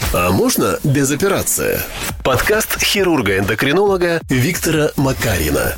А можно без операции? Подкаст хирурга-эндокринолога Виктора Макарина.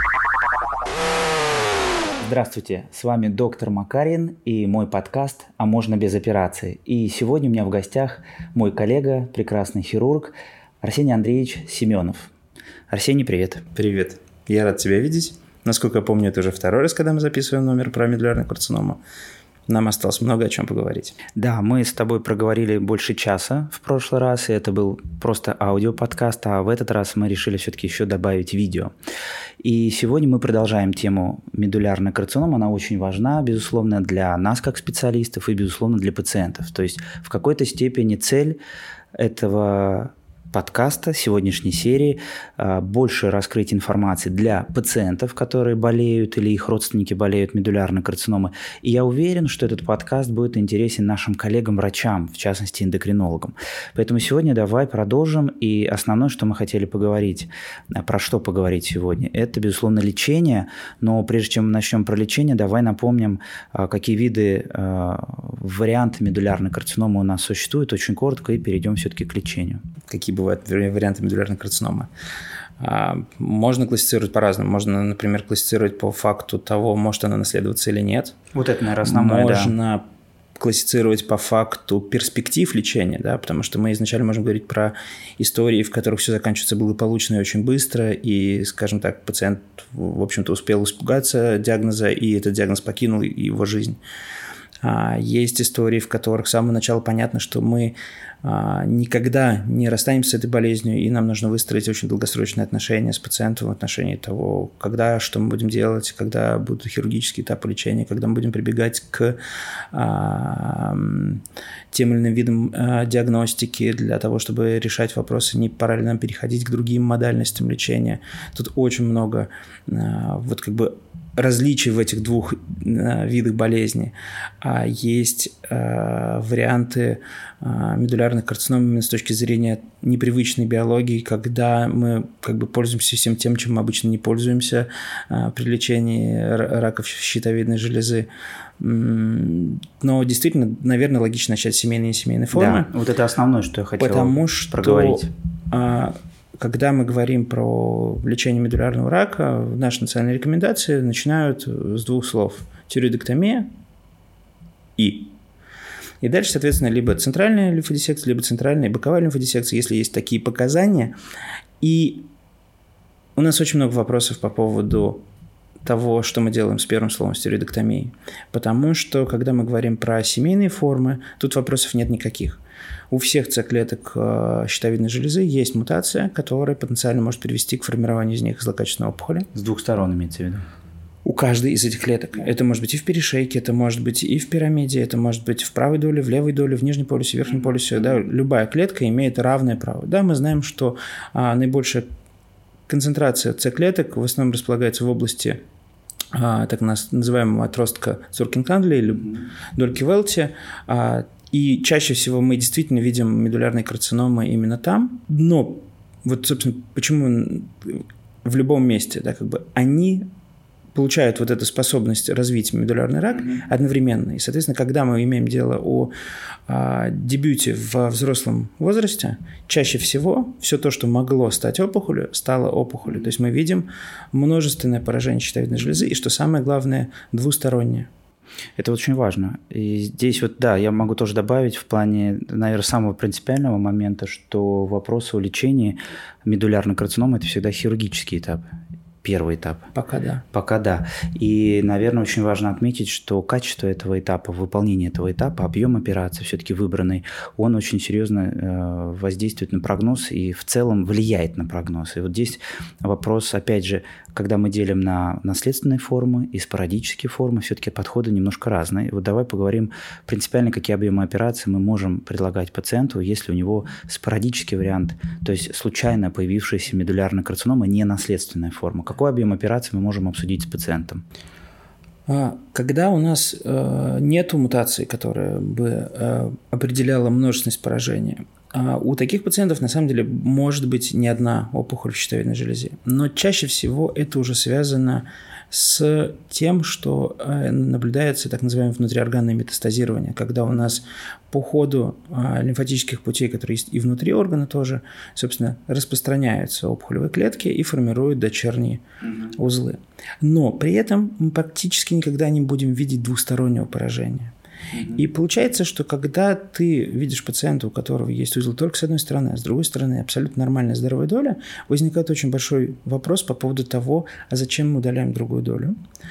Здравствуйте, с вами доктор Макарин и мой подкаст «А можно без операции». И сегодня у меня в гостях мой коллега, прекрасный хирург Арсений Андреевич Семенов. Арсений, привет. Привет, я рад тебя видеть. Насколько я помню, это уже второй раз, когда мы записываем номер про медулярную карциному. Нам осталось много о чем поговорить. Да, мы с тобой проговорили больше часа в прошлый раз, и это был просто аудиоподкаст, а в этот раз мы решили все-таки еще добавить видео. И сегодня мы продолжаем тему медулярной карциномы. Она очень важна, безусловно, для нас как специалистов и, безусловно, для пациентов. То есть в какой-то степени цель этого подкаста, сегодняшней серии, больше раскрыть информации для пациентов, которые болеют или их родственники болеют медулярной карциномой. И я уверен, что этот подкаст будет интересен нашим коллегам-врачам, в частности эндокринологам. Поэтому сегодня давай продолжим. И основное, что мы хотели поговорить, про что поговорить сегодня, это, безусловно, лечение. Но прежде чем мы начнем про лечение, давай напомним, какие виды, варианты медулярной карциномы у нас существуют, очень коротко, и перейдем все-таки к лечению. Какие бывают варианты медулярной карциномы? Можно классифицировать по-разному. Можно, например, классифицировать по факту того, может она наследоваться или нет. Вот это, наверное, основное, Можно классифицировать по факту перспектив лечения, да, потому что мы изначально можем говорить про истории, в которых все заканчивается благополучно и очень быстро, и, скажем так, пациент, в общем-то, успел испугаться диагноза, и этот диагноз покинул его жизнь. Есть истории, в которых с самого начала понятно, что мы никогда не расстанемся с этой болезнью, и нам нужно выстроить очень долгосрочные отношения с пациентом в отношении того, когда, что мы будем делать, когда будут хирургические этапы лечения, когда мы будем прибегать к тем или иным видам диагностики для того, чтобы решать вопросы, не пора ли нам переходить к другим модальностям лечения. Тут очень много различий в этих двух видах болезни. Есть варианты медулярных карцином именно с точки зрения непривычной биологии, когда мы пользуемся всем тем, чем мы обычно не пользуемся при лечении раков щитовидной железы. Но действительно, наверное, логично начать с семейной и несемейной формы. Да, вот это основное, что я хотел проговорить. Когда мы говорим про лечение медулярного рака, наши национальные рекомендации начинают с двух слов: тиреоидектомия и дальше, соответственно, либо центральная лимфодиссекция, либо центральная и боковая лимфодиссекция, если есть такие показания. И у нас очень много вопросов по поводу того, что мы делаем с первым словом, с тиреоидектомией. Потому что, когда мы говорим про семейные формы, тут вопросов нет никаких. У всех С-клеток щитовидной железы есть мутация, которая потенциально может привести к формированию из них злокачественной опухоли. С двух сторон имеется в виду? У каждой из этих клеток. Это может быть и в перешейке, это может быть и в пирамиде, это может быть в правой доле, в левой доле, в нижнем полюсе, в верхнем полюсе. Да, любая клетка имеет равное право. Да, мы знаем, что наибольшая концентрация С-клеток в основном располагается в области так называемого отростка Цуркин-Кандли или дольки Велти. И чаще всего мы действительно видим медулярные карциномы именно там. Но вот, собственно, почему в любом месте, да, они получают вот эту способность развить медулярный рак одновременно. И, соответственно, когда мы имеем дело о дебюте во взрослом возрасте, чаще всего все то, что могло стать опухолью, стало опухолью. То есть мы видим множественное поражение щитовидной железы и, что самое главное, двустороннее. Это очень важно. И здесь я могу тоже добавить в плане, наверное, самого принципиального момента, что вопросы о лечении медулярной карциномы – это всегда хирургический этап. Первый этап. Пока да. И, наверное, очень важно отметить, что качество этого этапа, выполнение этого этапа, объем операции все-таки выбранный, он очень серьезно воздействует на прогноз и в целом влияет на прогноз. И вот здесь вопрос, опять же, когда мы делим на наследственные формы и спорадические формы, все-таки подходы немножко разные. Вот давай поговорим принципиально, какие объемы операции мы можем предлагать пациенту, если у него спорадический вариант, то есть случайно появившаяся медулярная карцинома, не наследственная форма. Какой объем операций мы можем обсудить с пациентом? Когда у нас нет мутации, которая бы определяла множественность поражения, у таких пациентов на самом деле может быть не одна опухоль в щитовидной железе, но чаще всего это уже связано с тем, что наблюдается так называемое внутриорганное метастазирование, когда у нас по ходу лимфатических путей, которые есть и внутри органа тоже, собственно, распространяются опухолевые клетки и формируют дочерние узлы. Но при этом мы практически никогда не будем видеть двустороннего поражения. И получается, что когда ты видишь пациента, у которого есть узел только с одной стороны, а с другой стороны абсолютно нормальная здоровая доля, возникает очень большой вопрос по поводу того, а зачем мы удаляем другую долю.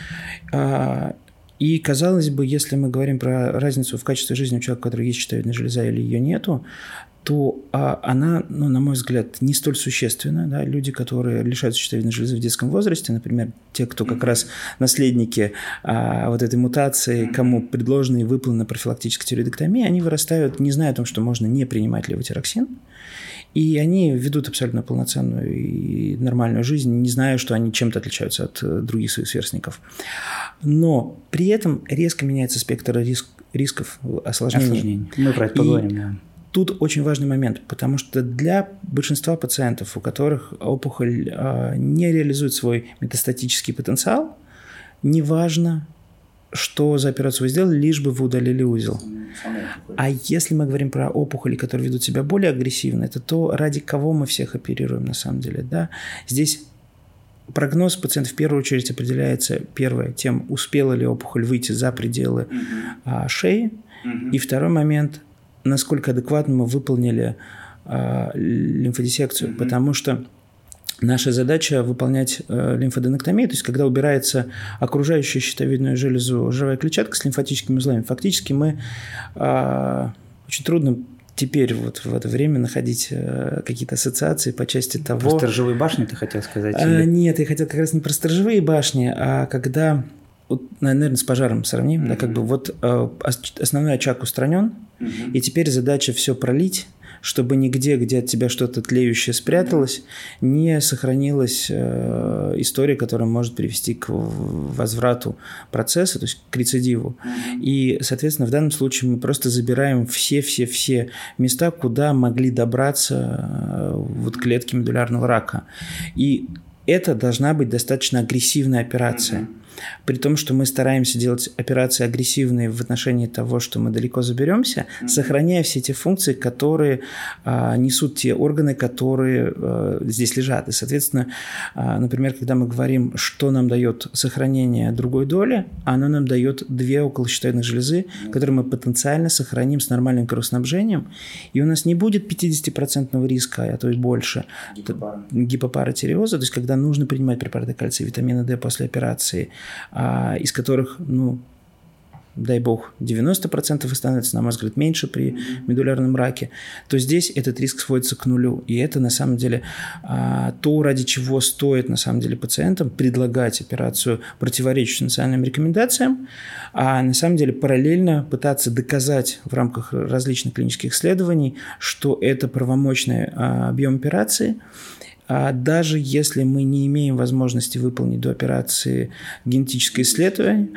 И, казалось бы, если мы говорим про разницу в качестве жизни у человека, у которого есть щитовидная железа или ее нету, то она, на мой взгляд, не столь существенна. Да? Люди, которые лишаются щитовидной железы в детском возрасте, например, те, кто как раз наследники вот этой мутации, кому предложена и выполнена профилактическая тиреоидектомия, они вырастают, не зная о том, что можно не принимать левотироксин, и они ведут абсолютно полноценную и нормальную жизнь, не зная, что они чем-то отличаются от других своих сверстников. Но при этом резко меняется спектр рисков осложнений. Мы про это поговорим, да. Тут очень важный момент, потому что для большинства пациентов, у которых опухоль не реализует свой метастатический потенциал, неважно, что за операцию вы сделали, лишь бы вы удалили узел. А если мы говорим про опухоли, которые ведут себя более агрессивно, это то, ради кого мы всех оперируем на самом деле. Да? Здесь прогноз пациента в первую очередь определяется, первое, тем, успела ли опухоль выйти за пределы шеи, и второй момент, насколько адекватно мы выполнили лимфодиссекцию, потому что наша задача выполнять лимфоденектомию, то есть когда убирается окружающая щитовидную железу жировая клетчатка с лимфатическими узлами, фактически мы очень трудно теперь вот в это время находить какие-то ассоциации по части того... Про сторожевые башни ты хотел сказать? Нет, я хотел как раз не про сторожевые башни, а когда... Вот, наверное, с пожаром сравним. Да, как бы вот основной очаг устранен, и теперь задача все пролить, чтобы нигде, где от тебя что-то тлеющее спряталось, не сохранилась история, которая может привести к возврату процесса, то есть к рецидиву. И, соответственно, в данном случае мы просто забираем все места, куда могли добраться вот клетки медулярного рака. И это должна быть достаточно агрессивная операция. При том, что мы стараемся делать операции агрессивные в отношении того, что мы далеко заберемся, сохраняя все те функции, которые несут те органы, которые здесь лежат. И, соответственно, например, когда мы говорим, что нам дает сохранение другой доли, оно нам дает 2 околощитовидных железы, которые мы потенциально сохраним с нормальным кровоснабжением, и у нас не будет 50% риска, а то и больше, гипопаратиреоза, то есть когда нужно принимать препараты кальция и витамина D после операции, из которых, дай бог, 90% становится, на мой взгляд, меньше при медулярном раке, то здесь этот риск сводится к нулю. И это, на самом деле, то, ради чего стоит, на самом деле, пациентам предлагать операцию, противоречащую национальным рекомендациям, а на самом деле параллельно пытаться доказать в рамках различных клинических исследований, что это правомочный объем операции. Даже если мы не имеем возможности выполнить до операции генетическое исследование,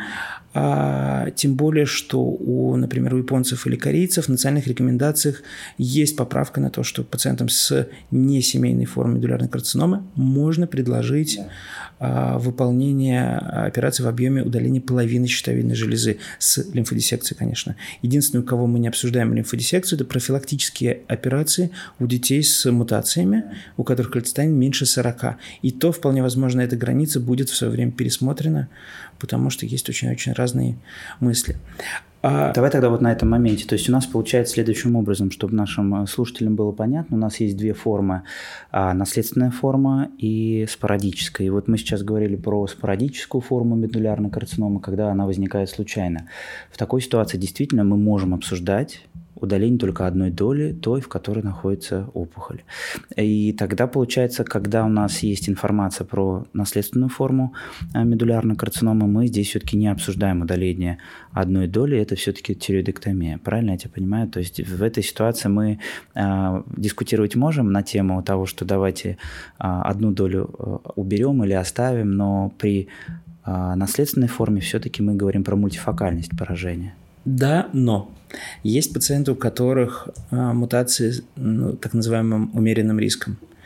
тем более, что например, у японцев или корейцев в национальных рекомендациях есть поправка на то, что пациентам с несемейной формой медулярной карциномы можно предложить выполнение операции в объеме удаления половины щитовидной железы с лимфодиссекцией, конечно. Единственное, у кого мы не обсуждаем лимфодиссекцию, это профилактические операции у детей с мутациями, у которых холецистин меньше 40. И то, вполне возможно, эта граница будет в свое время пересмотрена, потому что есть очень-очень разные мысли. Давай тогда вот на этом моменте. То есть у нас получается следующим образом, чтобы нашим слушателям было понятно, у нас есть 2 формы. Наследственная форма и спорадическая. И вот мы сейчас говорили про спорадическую форму медулярной карциномы, когда она возникает случайно. В такой ситуации действительно мы можем обсуждать удаление только одной доли, той, в которой находится опухоль. И тогда получается, когда у нас есть информация про наследственную форму медулярной карциномы, мы здесь все-таки не обсуждаем удаление одной доли, это все-таки тиреоидектомия. Правильно я тебя понимаю? То есть в этой ситуации мы дискутировать можем на тему того, что давайте одну долю уберем или оставим, но при наследственной форме все-таки мы говорим про мультифокальность поражения. Да, но есть пациенты, у которых мутации так называемым умеренным риском.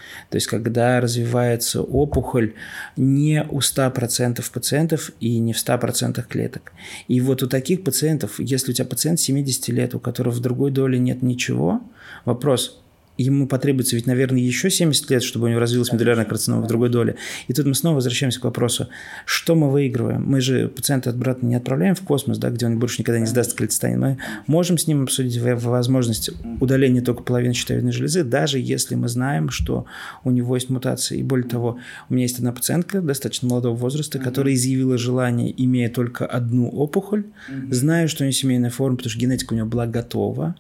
То есть, когда развивается опухоль не у 100% пациентов и не в 100% клеток. И вот у таких пациентов, если у тебя пациент 70 лет, у которого в другой доле нет ничего, вопрос – ему потребуется ведь, наверное, еще 70 лет, чтобы у него развилась медулярная карцинома в другой доле. И тут мы снова возвращаемся к вопросу, что мы выигрываем? Мы же пациента обратно не отправляем в космос, да, где он больше никогда не сдаст клетостань. Мы можем с ним обсудить возможность удаления только половины щитовидной железы, даже если мы знаем, что у него есть мутации. И более того, у меня есть одна пациентка достаточно молодого возраста, которая изъявила желание, имея только одну опухоль, зная, что у нее семейная форма, потому что генетика у нее была готова,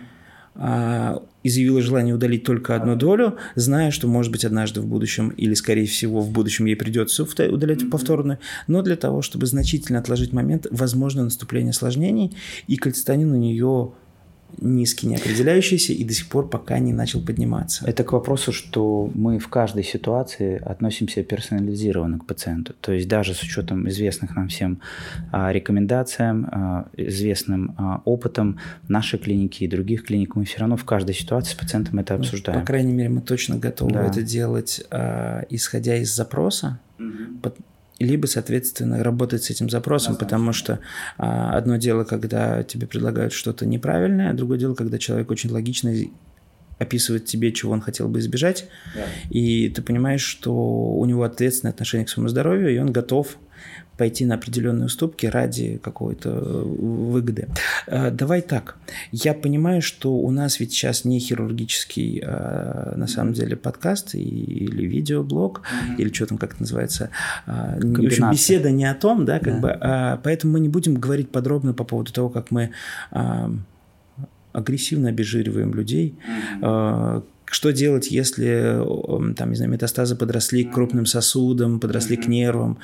изъявила желание удалить только одну долю, зная, что, может быть, однажды в будущем, или, скорее всего, в будущем ей придется удалять повторную, но для того, чтобы значительно отложить момент, возможно, наступления осложнений, и кальцитонин у нее низкий, неопределяющийся, и до сих пор пока не начал подниматься. Это к вопросу, что мы в каждой ситуации относимся персонализированно к пациенту. То есть даже с учетом известных нам всем рекомендациям, известным опытом нашей клиники и других клиник, мы все равно в каждой ситуации с пациентом это обсуждаем. По крайней мере, мы точно готовы это делать, исходя из запроса, либо, соответственно, работать с этим запросом, потому что одно дело, когда тебе предлагают что-то неправильное, а другое дело, когда человек очень логично описывает тебе, чего он хотел бы избежать, и ты понимаешь, что у него ответственное отношение к своему здоровью, и он готов пойти на определенные уступки ради какой-то выгоды. Давай так. Я понимаю, что у нас ведь сейчас не хирургический, на самом деле, подкаст или видеоблог, или что там, как это называется, в общем, беседа не о том, да, как бы, поэтому мы не будем говорить подробно по поводу того, как мы агрессивно обезжириваем людей. Что делать, если там, не знаю, метастазы подросли к крупным сосудам, подросли к нервам?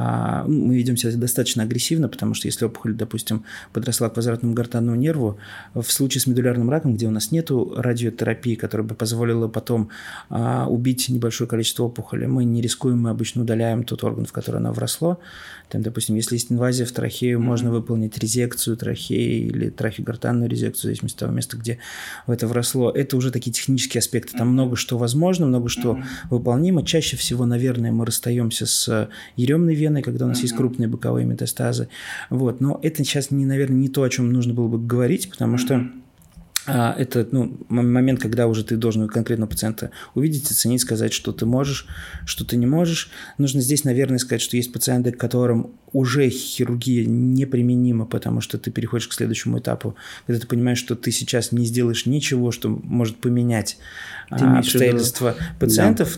Мы ведем себя достаточно агрессивно, потому что если опухоль, допустим, подросла к квадратному гортанному нерву, в случае с медулярным раком, где у нас нет радиотерапии, которая бы позволила потом убить небольшое количество опухоли, мы не рискуем, мы обычно удаляем тот орган, в который оно вросло. Там, допустим, если есть инвазия в трахею, можно выполнить резекцию трахеи или трахеогортанную резекцию, в зависимости от того места, где это вросло. Это уже такие технические аспекты. Там много что возможно, много что выполнимо. Чаще всего, наверное, мы расстаемся с еремной веной, когда у нас есть крупные боковые метастазы. Вот. Но это сейчас, наверное, не то, о чем нужно было бы говорить, потому что это момент, когда уже ты должен конкретного пациента увидеть, оценить, сказать, что ты можешь, что ты не можешь. Нужно здесь, наверное, сказать, что есть пациенты, к которым уже хирургия неприменима, потому что ты переходишь к следующему этапу, когда ты понимаешь, что ты сейчас не сделаешь ничего, что может поменять обстоятельства пациентов,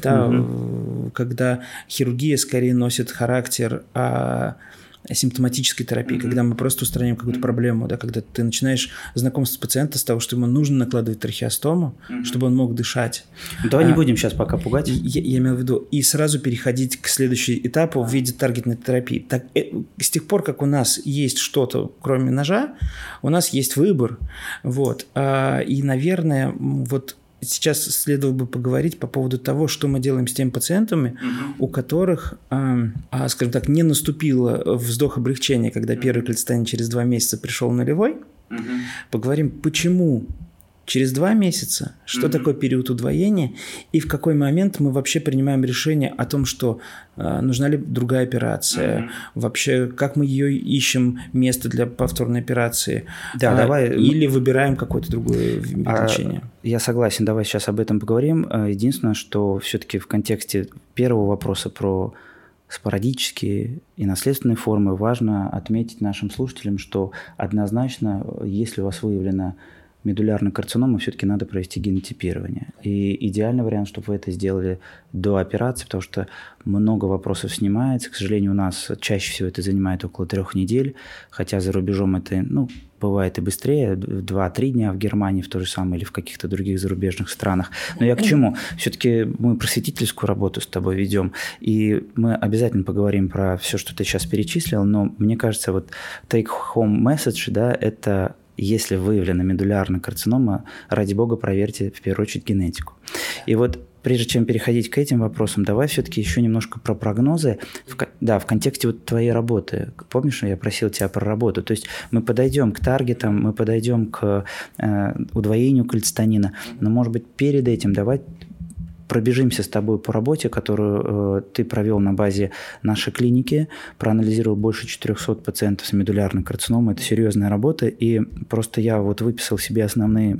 когда хирургия скорее носит характер симптоматической терапии, когда мы просто устраняем какую-то проблему, да, когда ты начинаешь знакомство с пациентом с того, что ему нужно накладывать трахеостому, чтобы он мог дышать. Давай не будем сейчас пока пугать. Я имел в виду, и сразу переходить к следующему этапу в виде таргетной терапии. Так, с тех пор, как у нас есть что-то, кроме ножа, у нас есть выбор. Вот. И, наверное, вот сейчас следовало бы поговорить по поводу того, что мы делаем с теми пациентами, у которых, скажем так, не наступило вздох облегчения, когда первый кальцитонин через 2 месяца пришел нулевой. Поговорим, почему через 2 месяца, что такое период удвоения, и в какой момент мы вообще принимаем решение о том, что нужна ли другая операция, вообще как мы ее ищем, место для повторной операции, давай, или выбираем какое-то другое лечение. Я согласен, давай сейчас об этом поговорим. Единственное, что все-таки в контексте первого вопроса про спорадические и наследственные формы важно отметить нашим слушателям, что однозначно, если у вас выявлена медулярная карцинома, все-таки надо провести генотипирование. И идеальный вариант, чтобы вы это сделали до операции, потому что много вопросов снимается. К сожалению, у нас чаще всего это занимает около 3 недель, хотя за рубежом это, бывает и быстрее, 2-3 дня в Германии в то же самое или в каких-то других зарубежных странах. Но я к чему? Все-таки мы просветительскую работу с тобой ведем, и мы обязательно поговорим про все, что ты сейчас перечислил, но мне кажется, вот take-home message, да, это если выявлена медулярная карцинома, ради бога, проверьте в первую очередь генетику. И вот прежде чем переходить к этим вопросам, давай все-таки еще немножко про прогнозы. В контексте вот твоей работы. Помнишь, я просил тебя про работу? То есть мы подойдем к таргетам, мы подойдем к удвоению кальцитонина, но, может быть, перед этим давай пробежимся с тобой по работе, которую ты провел на базе нашей клиники, проанализировал больше 400 пациентов с медулярной карциномой. Это серьезная работа, и просто я вот выписал себе основные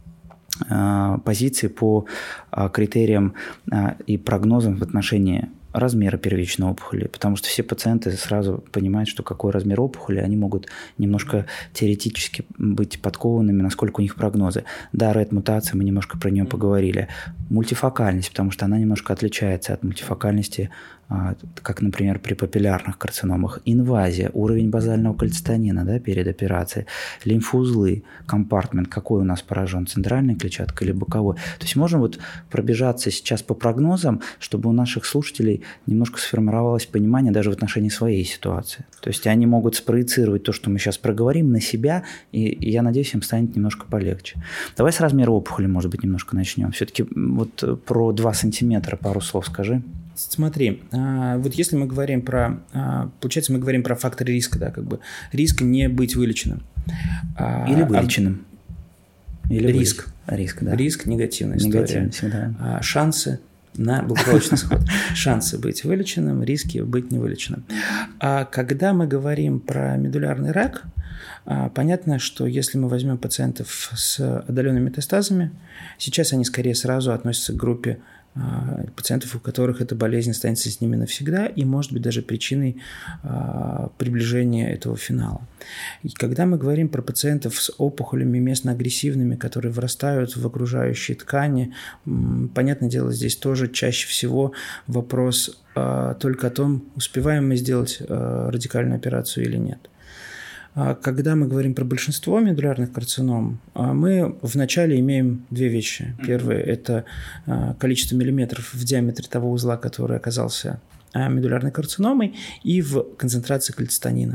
позиции по критериям и прогнозам в отношении размера первичной опухоли, потому что все пациенты сразу понимают, что какой размер опухоли, они могут немножко теоретически быть подкованными, насколько у них прогнозы. Да, RET-мутация, мы немножко про нее поговорили. Мультифокальность, потому что она немножко отличается от мультифокальности, как, например, при папиллярных карциномах. Инвазия, уровень базального кальцитонина, да, перед операцией, лимфоузлы, компартмент, какой у нас поражен, центральная клетчатка или боковой. То есть можем вот пробежаться сейчас по прогнозам, чтобы у наших слушателей немножко сформировалось понимание даже в отношении своей ситуации. То есть они могут спроецировать то, что мы сейчас проговорим, на себя, и я надеюсь, им станет немножко полегче. Давай с размера опухоли, может быть, немножко начнем. Все-таки вот про 2 сантиметра пару слов скажи. Смотри, вот если мы говорим про, получается, мы говорим про факторы риска, да, как бы риск не быть вылеченным. Или вылеченным. Или риск. Риск, да. Риск – негативная история. Негативный всегда. Шансы на благополучный исход. Шансы быть вылеченным, риски быть невылеченным. А когда мы говорим про медулярный рак, понятно, что если мы возьмем пациентов с отдаленными метастазами, сейчас они скорее сразу относятся к группе пациентов, у которых эта болезнь останется с ними навсегда и может быть даже причиной приближения этого финала. И когда мы говорим про пациентов с опухолями местно-агрессивными, которые вырастают в окружающие ткани, понятное дело, здесь тоже чаще всего вопрос только о том, успеваем мы сделать радикальную операцию или нет. Когда мы говорим про большинство медулярных карцином, мы вначале имеем две вещи. Первое – это количество миллиметров в диаметре того узла, который оказался медулярной карциномой, и в концентрации кальцитонина.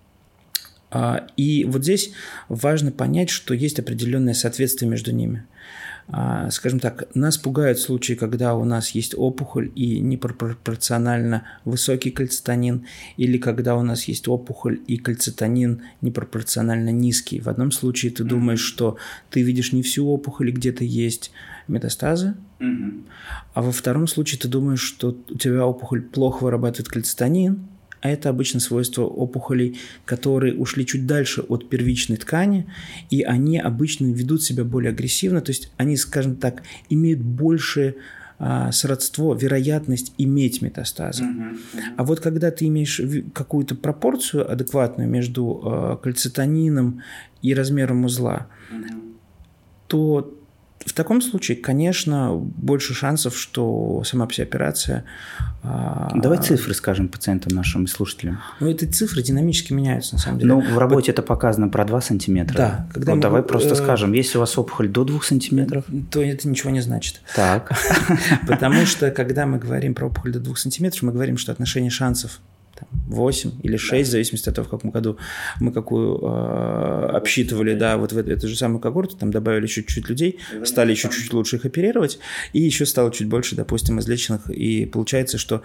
И вот здесь важно понять, что есть определенное соответствие между ними. Скажем так, нас пугают случаи, когда у нас есть опухоль и непропорционально высокий кальцитонин, или когда у нас есть опухоль и кальцитонин непропорционально низкий. В одном случае ты думаешь, что ты видишь не всю опухоль, и где-то есть метастазы, а во втором случае ты думаешь, что у тебя опухоль плохо вырабатывает кальцитонин, а это обычно свойство опухолей, которые ушли чуть дальше от первичной ткани, и они обычно ведут себя более агрессивно, то есть они, скажем так, имеют большее сродство, вероятность иметь метастазы. А вот когда ты имеешь какую-то пропорцию адекватную между кальцитонином и размером узла, то в таком случае, конечно, больше шансов, что сама вся операция... Давай цифры скажем пациентам нашим и слушателям. Ну, эти цифры динамически меняются, на самом деле. Ну, в работе это показано про 2 сантиметра. Да. Когда вот давай просто скажем, если у вас опухоль до 2 сантиметров... То это ничего не значит. Так. Потому что, когда мы говорим про опухоль до 2 сантиметров, мы говорим, что отношение шансов 8 или 6, в зависимости от того, в каком году мы какую обсчитывали, да, вот в эту же самую когорту, там добавили чуть-чуть людей, стали еще чуть лучше их оперировать, и еще стало чуть больше, допустим, излеченных, и получается, что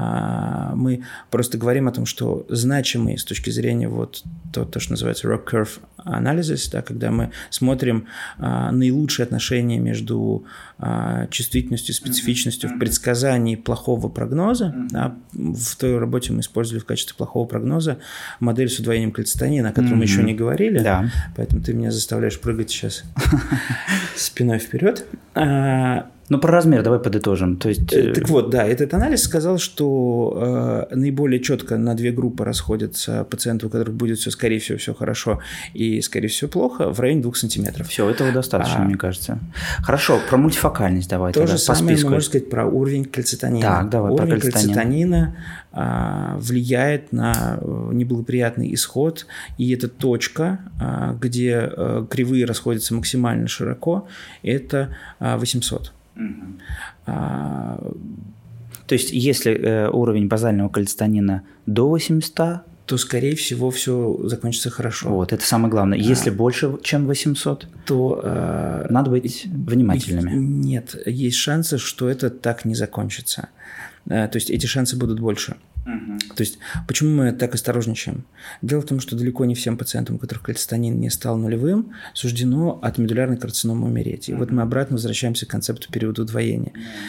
мы просто говорим о том, что значимые с точки зрения вот то, что называется rock curve analysis, да, когда мы смотрим наилучшие отношения между чувствительностью, специфичностью в предсказании плохого прогноза, да, в той работе мы использовали в качестве плохого прогноза модель с удвоением кальцитонина, о которой мы еще не говорили, да. Поэтому ты меня заставляешь прыгать сейчас спиной вперед. Ну, про размер давай подытожим. То есть... Так вот, да, этот анализ сказал, что наиболее четко на две группы расходятся пациенты, у которых будет все, скорее всего, все хорошо и, скорее всего, плохо, в районе 2 сантиметров. Все, этого достаточно, мне кажется. Хорошо, про мультифокальность давай. То же самое можно сказать про уровень кальцитонина. Так, давай, уровень про кальцитонина влияет на неблагоприятный исход, и это точка, где кривые расходятся максимально широко, это 800. То есть, если уровень базального кальцитонина до 800, то, скорее всего, все закончится хорошо. Вот, это самое главное. Если больше, чем 800, то надо быть внимательными. Нет, есть шансы, что это так не закончится. То есть, эти шансы будут больше. То есть, почему мы так осторожничаем? Дело в том, что далеко не всем пациентам, у которых холецистонин не стал нулевым, суждено от медулярной карциномы умереть. И вот мы обратно возвращаемся к концепту периода удвоения.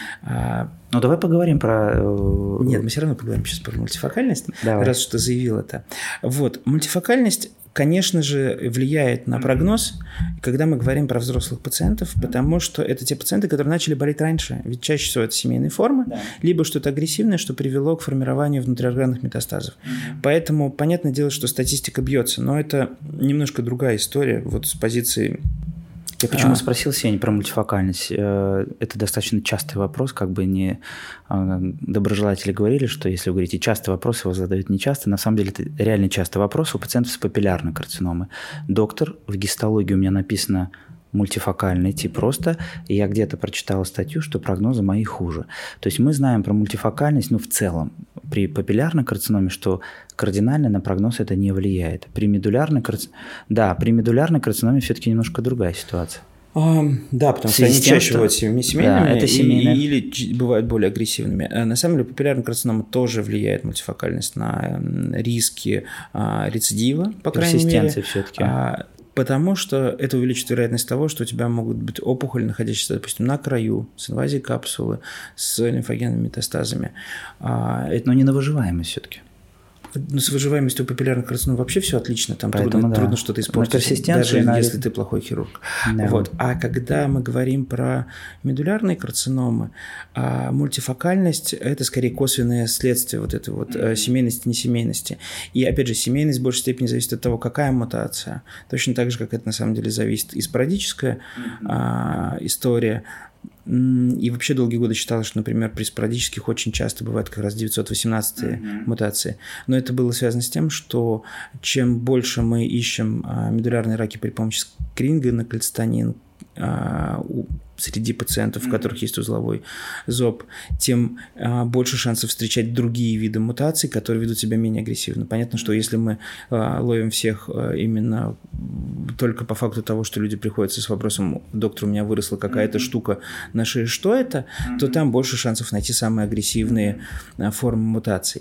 Ну, давай поговорим про... Нет, мы все равно поговорим сейчас про мультифокальность, Давай. раз уж ты заявил это. Вот, мультифокальность, конечно же, влияет на прогноз, когда мы говорим про взрослых пациентов, потому что это те пациенты, которые начали болеть раньше. Ведь чаще всего это семейные формы, либо что-то агрессивное, что привело к формированию внутриорганных метастазов. Поэтому понятное дело, что статистика бьется, но это немножко другая история вот с позиции... Я почему спросил, Сень, про мультифокальность? Это достаточно частый вопрос, как бы не доброжелатели говорили, что если вы говорите частый вопрос, его задают нечасто. На самом деле это реально частый вопрос у пациентов с папиллярной карциномой. Доктор, в гистологии у меня написано мультифокальный тип просто, и я где-то прочитал статью, что прогнозы мои хуже. То есть мы знаем про мультифокальность, в целом, при папиллярной карциноме, что кардинально на прогноз это не влияет. При медулярной карциноме все-таки немножко другая ситуация. Да, потому что они чаще бывают семейными, да, это или бывают более агрессивными. На самом деле папиллярная карцинома тоже влияет мультифокальность на риски рецидива, по крайней мере. все-таки. Потому что это увеличит вероятность того, что у тебя могут быть опухоли, находящиеся, допустим, на краю, с инвазией капсулы, с лимфогенными метастазами. Но не на выживаемость все-таки. Ну, с выживаемостью у папиллярных карцином вообще все отлично, там трудно что-то испортить, даже если ты плохой хирург. Да. Вот. А когда мы говорим про медулярные карциномы, мультифокальность – это скорее косвенное следствие вот этой вот семейности, несемейности. И, опять же, семейность в большей степени зависит от того, какая мутация. Точно так же, как это на самом деле зависит и спорадическая история. И вообще долгие годы считалось, что, например, при спорадических очень часто бывают как раз 918-е мутации. Но это было связано с тем, что чем больше мы ищем медулярные раки при помощи скрининга на холецистонин среди пациентов, у которых есть узловой ЗОП, тем больше шансов встречать другие виды мутаций, которые ведут себя менее агрессивно. Понятно, что если мы ловим всех именно только по факту того, что люди приходят с вопросом: доктор, у меня выросла какая-то штука на шее, что это?, то там больше шансов найти самые агрессивные формы мутаций.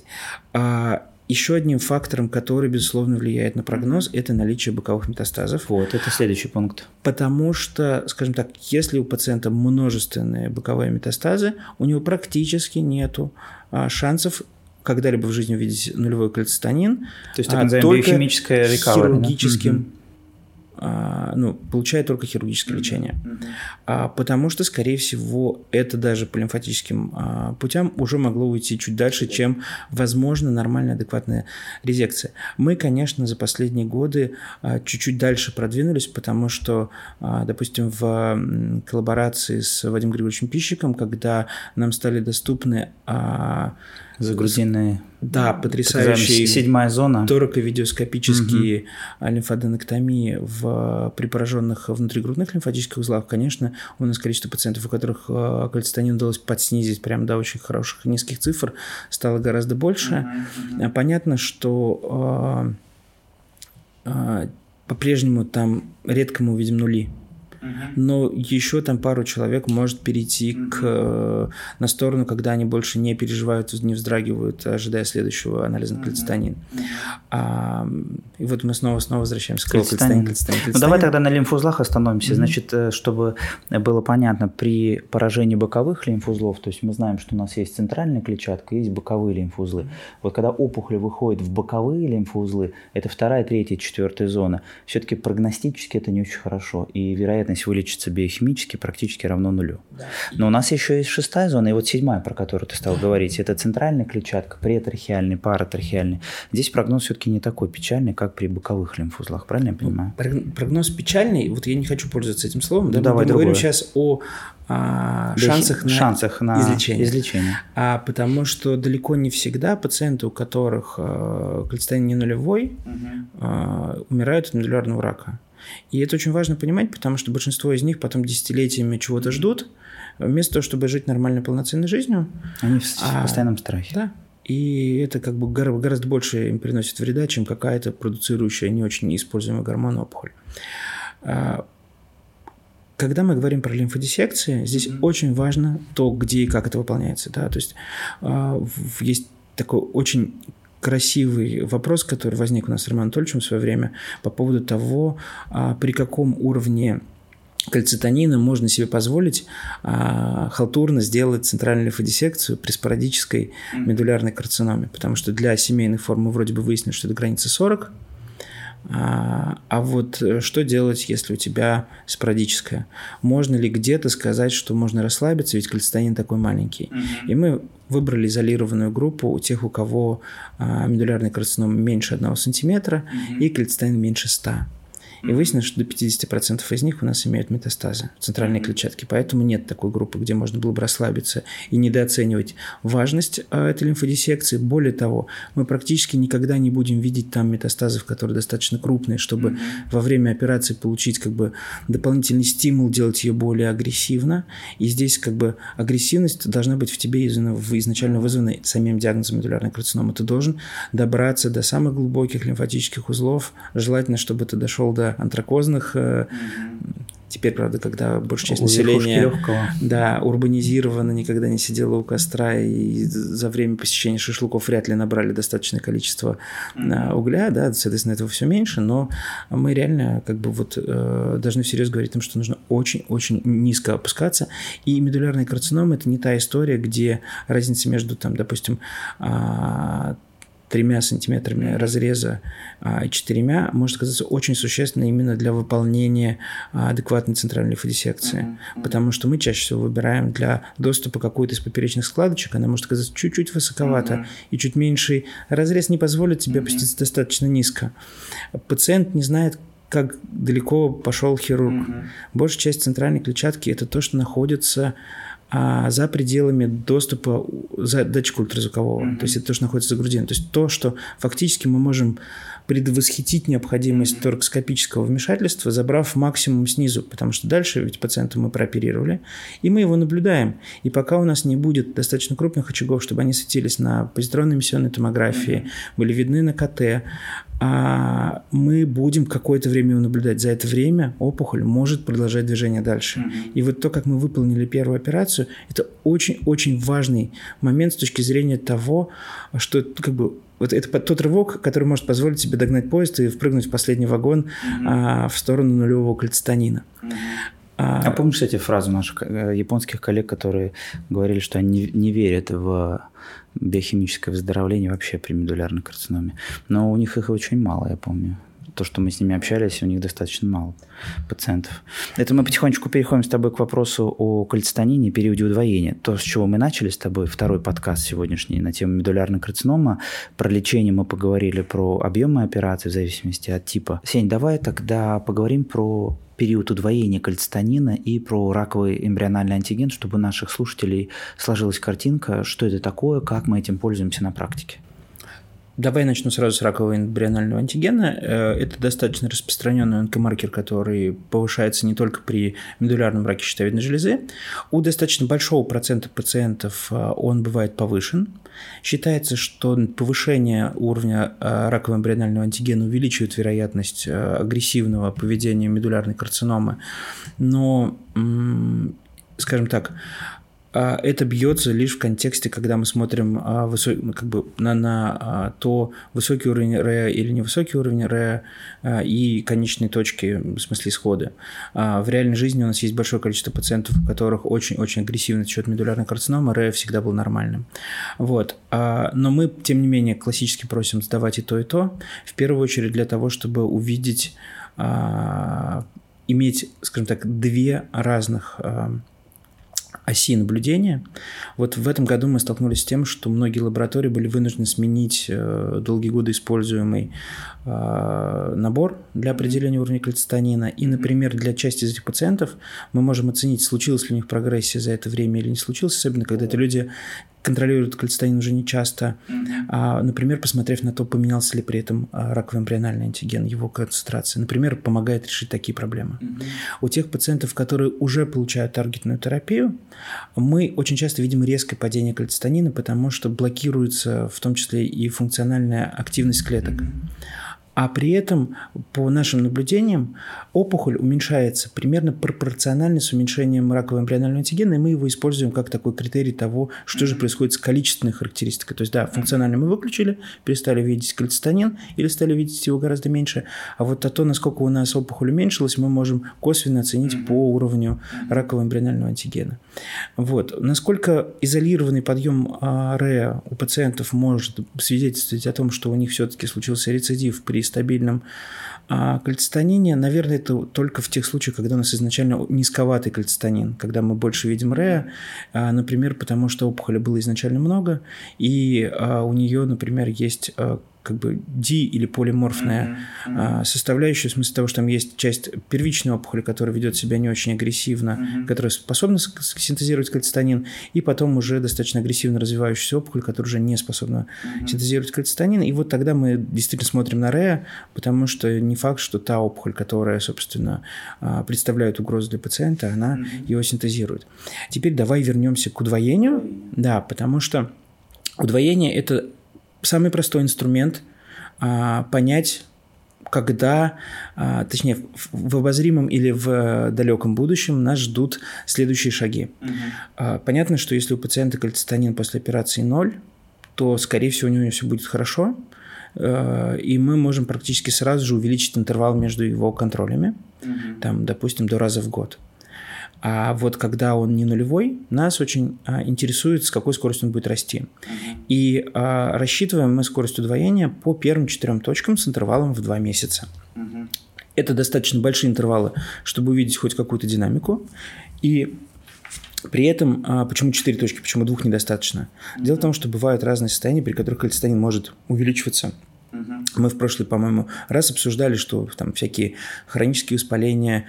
Еще одним фактором, который, безусловно, влияет на прогноз, это наличие боковых метастазов. Вот, это следующий пункт. Потому что, скажем так, если у пациента множественные боковые метастазы, у него практически нету шансов когда-либо в жизни увидеть нулевой холецистонин. То есть, так называемая биохимическая recovery, хирургическим, получает только хирургическое лечение. Потому что, скорее всего, это даже по лимфатическим путям уже могло уйти чуть дальше, чем, возможно, нормальная, адекватная резекция. Мы, конечно, за последние годы чуть-чуть дальше продвинулись, потому что, допустим, в коллаборации с Вадимом Григорьевичем Пищиком, когда нам стали доступны загрузенные, потрясающие 7-я зона, тороковидеоскопические лимфаденоктомии при пораженных внутригрудных лимфатических узлах. Конечно, у нас количество пациентов, у которых холецистонин удалось подснизить прямо до очень хороших низких цифр, стало гораздо больше. Понятно, что по-прежнему там редко мы увидим нули. Но еще там пару человек может перейти на сторону, когда они больше не переживают, не вздрагивают, ожидая следующего анализа на холецистонин. И вот мы снова возвращаемся к холецистонину. Ну, давай тогда на лимфоузлах остановимся. Значит, чтобы было понятно, при поражении боковых лимфоузлов, то есть мы знаем, что у нас есть центральная клетчатка, есть боковые лимфоузлы. Вот когда опухоль выходит в боковые лимфоузлы, это 2-я, 3-я, 4-я зона, все-таки прогностически это не очень хорошо. И вероятность вылечиться биохимически практически равно нулю. Да. Но у нас еще есть 6-я зона, и вот 7-я, про которую ты стал говорить, это центральная клетчатка, претрахеальный, паратрахеальный. Здесь прогноз все-таки не такой печальный, как при боковых лимфоузлах, правильно я понимаю? Прогноз печальный, вот я не хочу пользоваться этим словом, да, давай мы говорим сейчас о шансах на излечение. Потому что далеко не всегда пациенты, у которых холецистонин не нулевой, умирают от медулярного рака. И это очень важно понимать, потому что большинство из них потом десятилетиями чего-то ждут, вместо того, чтобы жить нормальной, полноценной жизнью. Они в постоянном страхе. Да. И это как бы гораздо больше им приносит вреда, чем какая-то продуцирующая не очень используемая гормон опухоль. Когда мы говорим про лимфодиссекции, здесь очень важно то, где и как это выполняется. Да? То есть есть такой очень красивый вопрос, который возник у нас с Романом Анатольевичем в свое время по поводу того, при каком уровне кальцитонина можно себе позволить халтурно сделать центральную лимфодиссекцию при спорадической медулярной карциноме. Потому что для семейных форм мы вроде бы выяснили, что это граница 40. А вот что делать, если у тебя спорадическая? Можно ли где-то сказать, что можно расслабиться, ведь кальцитонин такой маленький? И мы выбрали изолированную группу у тех, у кого медулярный карцином меньше 1 сантиметра и кальцитонин меньше 100. И выяснилось, что до 50% из них у нас имеют метастазы в центральной клетчатке. Поэтому нет такой группы, где можно было бы расслабиться и недооценивать важность этой лимфодиссекции. Более того, мы практически никогда не будем видеть там метастазов, которые достаточно крупные, чтобы во время операции получить как бы дополнительный стимул, делать ее более агрессивно. И здесь как бы агрессивность должна быть в тебе изначально вызвана самим диагнозом медулярной карциномы. Ты должен добраться до самых глубоких лимфатических узлов. Желательно, чтобы ты дошел до антракозных, теперь, правда, когда большая часть населения урбанизировано, никогда не сидела у костра, и за время посещения шашлыков вряд ли набрали достаточное количество угля, да, соответственно, этого все меньше, но мы реально как бы вот должны всерьез говорить о том, что нужно очень-очень низко опускаться, и медулярная карцинома – это не та история, где разница между, там, допустим, 3 сантиметрами разреза и 4 может оказаться очень существенно именно для выполнения адекватной центральной лимфодиссекции. Потому что мы чаще всего выбираем для доступа какой-то из поперечных складочек, она может оказаться чуть-чуть высоковато, и чуть меньший разрез не позволит тебе опуститься достаточно низко. Пациент не знает, как далеко пошел хирург. Большая часть центральной клетчатки – это то, что находится за пределами доступа датчика ультразвукового. То есть это то, что находится за грудиной. То есть то, что фактически мы можем предвосхитить необходимость торакоскопического вмешательства, забрав максимум снизу, потому что дальше ведь пациента мы прооперировали, и мы его наблюдаем. И пока у нас не будет достаточно крупных очагов, чтобы они светились на позитронной эмиссионной томографии, были видны на КТ, мы будем какое-то время его наблюдать. За это время опухоль может продолжать движение дальше. И вот то, как мы выполнили первую операцию, это очень-очень важный момент с точки зрения того, что как бы вот это тот рывок, который может позволить себе догнать поезд и впрыгнуть в последний вагон в сторону нулевого кальцитонина. А помнишь, кстати, фразу наших японских коллег, которые говорили, что они не верят в биохимическое выздоровление вообще при медулярной карциноме? Но у них их очень мало, я помню. То, что мы с ними общались, у них достаточно мало пациентов. Это мы потихонечку переходим с тобой к вопросу о кальцитонине и периоде удвоения. То, с чего мы начали с тобой, второй подкаст сегодняшний на тему медулярной карцинома. Про лечение мы поговорили, про объемы операций в зависимости от типа. Сень, давай тогда поговорим про период удвоения кальцитонина и про раковый эмбриональный антиген, чтобы у наших слушателей сложилась картинка, что это такое, как мы этим пользуемся на практике. Давай начну сразу с ракового эмбрионального антигена. Это достаточно распространенный онкомаркер, который повышается не только при медулярном раке щитовидной железы. У достаточно большого процента пациентов он бывает повышен. Считается, что повышение уровня ракового эмбрионального антигена увеличивает вероятность агрессивного поведения медулярной карциномы. Но, скажем так, это бьется лишь в контексте, когда мы смотрим как бы на то, высокий уровень РЭ или невысокий уровень РЭ и конечные точки, в смысле исхода. В реальной жизни у нас есть большое количество пациентов, у которых очень-очень агрессивно течет медулярная карцинома, РЭ всегда был нормальным. Вот. Но мы, тем не менее, классически просим сдавать и то, в первую очередь для того, чтобы увидеть, иметь, скажем так, две разных оси наблюдения. Вот в этом году мы столкнулись с тем, что многие лаборатории были вынуждены сменить долгие годы используемый набор для определения уровня кальцитонина. И, например, для части из этих пациентов мы можем оценить, случилась ли у них прогрессия за это время или не случилась, особенно когда это люди контролируют кальцитонин уже не часто, например, посмотрев на то, поменялся ли при этом раковый эмбриональный антиген, его концентрация. Например, помогает решить такие проблемы. У тех пациентов, которые уже получают таргетную терапию, мы очень часто видим резкое падение кальцитонина, потому что блокируется в том числе и функциональная активность клеток. А при этом, по нашим наблюдениям, опухоль уменьшается примерно пропорционально с уменьшением ракового эмбрионального антигена, и мы его используем как такой критерий того, что же происходит с количественной характеристикой. То есть, да, функционально мы выключили, перестали видеть кальцитонин или стали видеть его гораздо меньше, а вот то, насколько у нас опухоль уменьшилась, мы можем косвенно оценить по уровню ракового эмбрионального антигена. Вот. Насколько изолированный подъем РЭА у пациентов может свидетельствовать о том, что у них все-таки случился рецидив при стабильном кальцитонине, наверное, это только в тех случаях, когда у нас изначально низковатый кальцитонин, когда мы больше видим РЭА, например, потому что опухоли было изначально много, и у нее, например, есть как бы или полиморфная составляющая, в смысле того, что там есть часть первичной опухоли, которая ведет себя не очень агрессивно, которая способна синтезировать кальцитонин, и потом уже достаточно агрессивно развивающаяся опухоль, которая уже не способна синтезировать кальцитонин. И вот тогда мы действительно смотрим на РЭА, потому что не факт, что та опухоль, которая, собственно, представляет угрозу для пациента, она его синтезирует. Теперь давай вернемся к удвоению. Да, потому что удвоение – это самый простой инструмент понять, когда, точнее, в обозримом или в далеком будущем нас ждут следующие шаги. Понятно, что если у пациента кальцитонин после операции 0, то, скорее всего, у него все будет хорошо, и мы можем практически сразу же увеличить интервал между его контролями, там, допустим, до раза в год. А вот когда он не нулевой, нас очень интересует, с какой скоростью он будет расти. И рассчитываем мы скорость удвоения по первым 4 точкам с интервалом в 2 месяца. Это достаточно большие интервалы, чтобы увидеть хоть какую-то динамику. И при этом, почему 4 точки, почему 2 недостаточно? Дело в том, что бывают разные состояния, при которых кальцитонин может увеличиваться. Мы в прошлый, по-моему, раз обсуждали, что там всякие хронические воспаления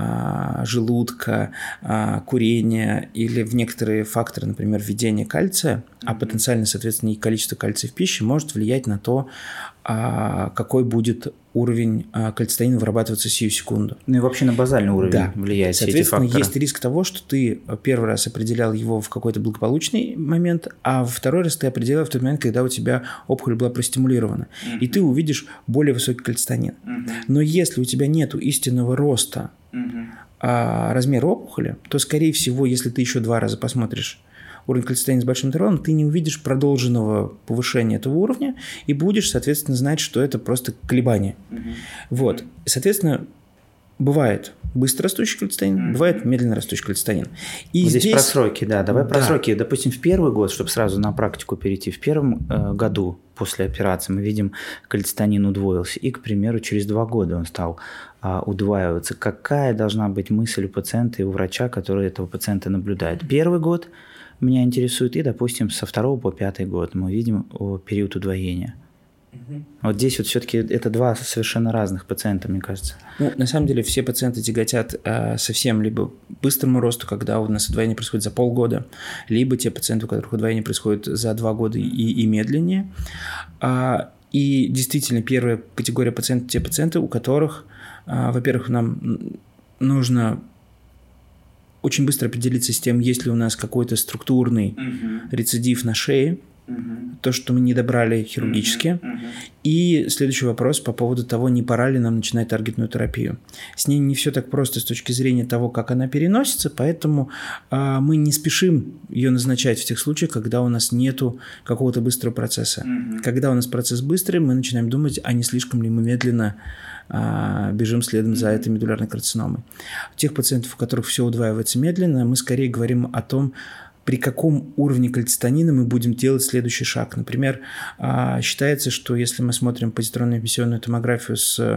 желудка, курение или в некоторые факторы, например, введение кальция, а потенциально, соответственно, и количество кальция в пище может влиять на то, какой будет уровень кальцитонина вырабатываться сию секунду. Ну и вообще на базальный уровень влияет все эти факторы. Соответственно, есть риск того, что ты первый раз определял его в какой-то благополучный момент, а второй раз ты определял в тот момент, когда у тебя опухоль была простимулирована. И ты увидишь более высокий кальцитонин. Но если у тебя нет истинного роста размера опухоли, то, скорее всего, если ты еще 2 раза посмотришь уровень кальцитонина с большим интервалом, ты не увидишь продолженного повышения этого уровня и будешь, соответственно, знать, что это просто колебание. Вот. Соответственно, бывает быстрорастущий кальцитонин, бывает медленно растущий кальцитонин. И здесь про сроки, да. Давай про сроки. Допустим, в первый год, чтобы сразу на практику перейти, в первом году после операции мы видим, кальцитонин удвоился, и, к примеру, через 2 года он стал удваиваться. Какая должна быть мысль у пациента и у врача, который этого пациента наблюдает? Первый год меня интересует, и, допустим, со 2 по 5 год мы видим период удвоения. Вот здесь вот все-таки это 2 совершенно разных пациента, мне кажется. Ну, на самом деле все пациенты тяготят совсем либо быстрому росту, когда у нас удвоение происходит за полгода, либо те пациенты, у которых удвоение происходит за 2 года и медленнее. И действительно, первая категория пациентов – те пациенты, у которых, во-первых, нам нужно очень быстро определиться с тем, есть ли у нас какой-то структурный рецидив на шее, то, что мы не добрали хирургически. И следующий вопрос по поводу того, не пора ли нам начинать таргетную терапию. С ней не все так просто с точки зрения того, как она переносится, поэтому мы не спешим ее назначать в тех случаях, когда у нас нету какого-то быстрого процесса. Когда у нас процесс быстрый, мы начинаем думать, а не слишком ли мы медленно бежим следом за этой медулярной карциномой. У тех пациентов, у которых все удваивается медленно, мы скорее говорим о том, при каком уровне кальцитонина мы будем делать следующий шаг. Например, считается, что если мы смотрим позитронную эмиссионную томографию с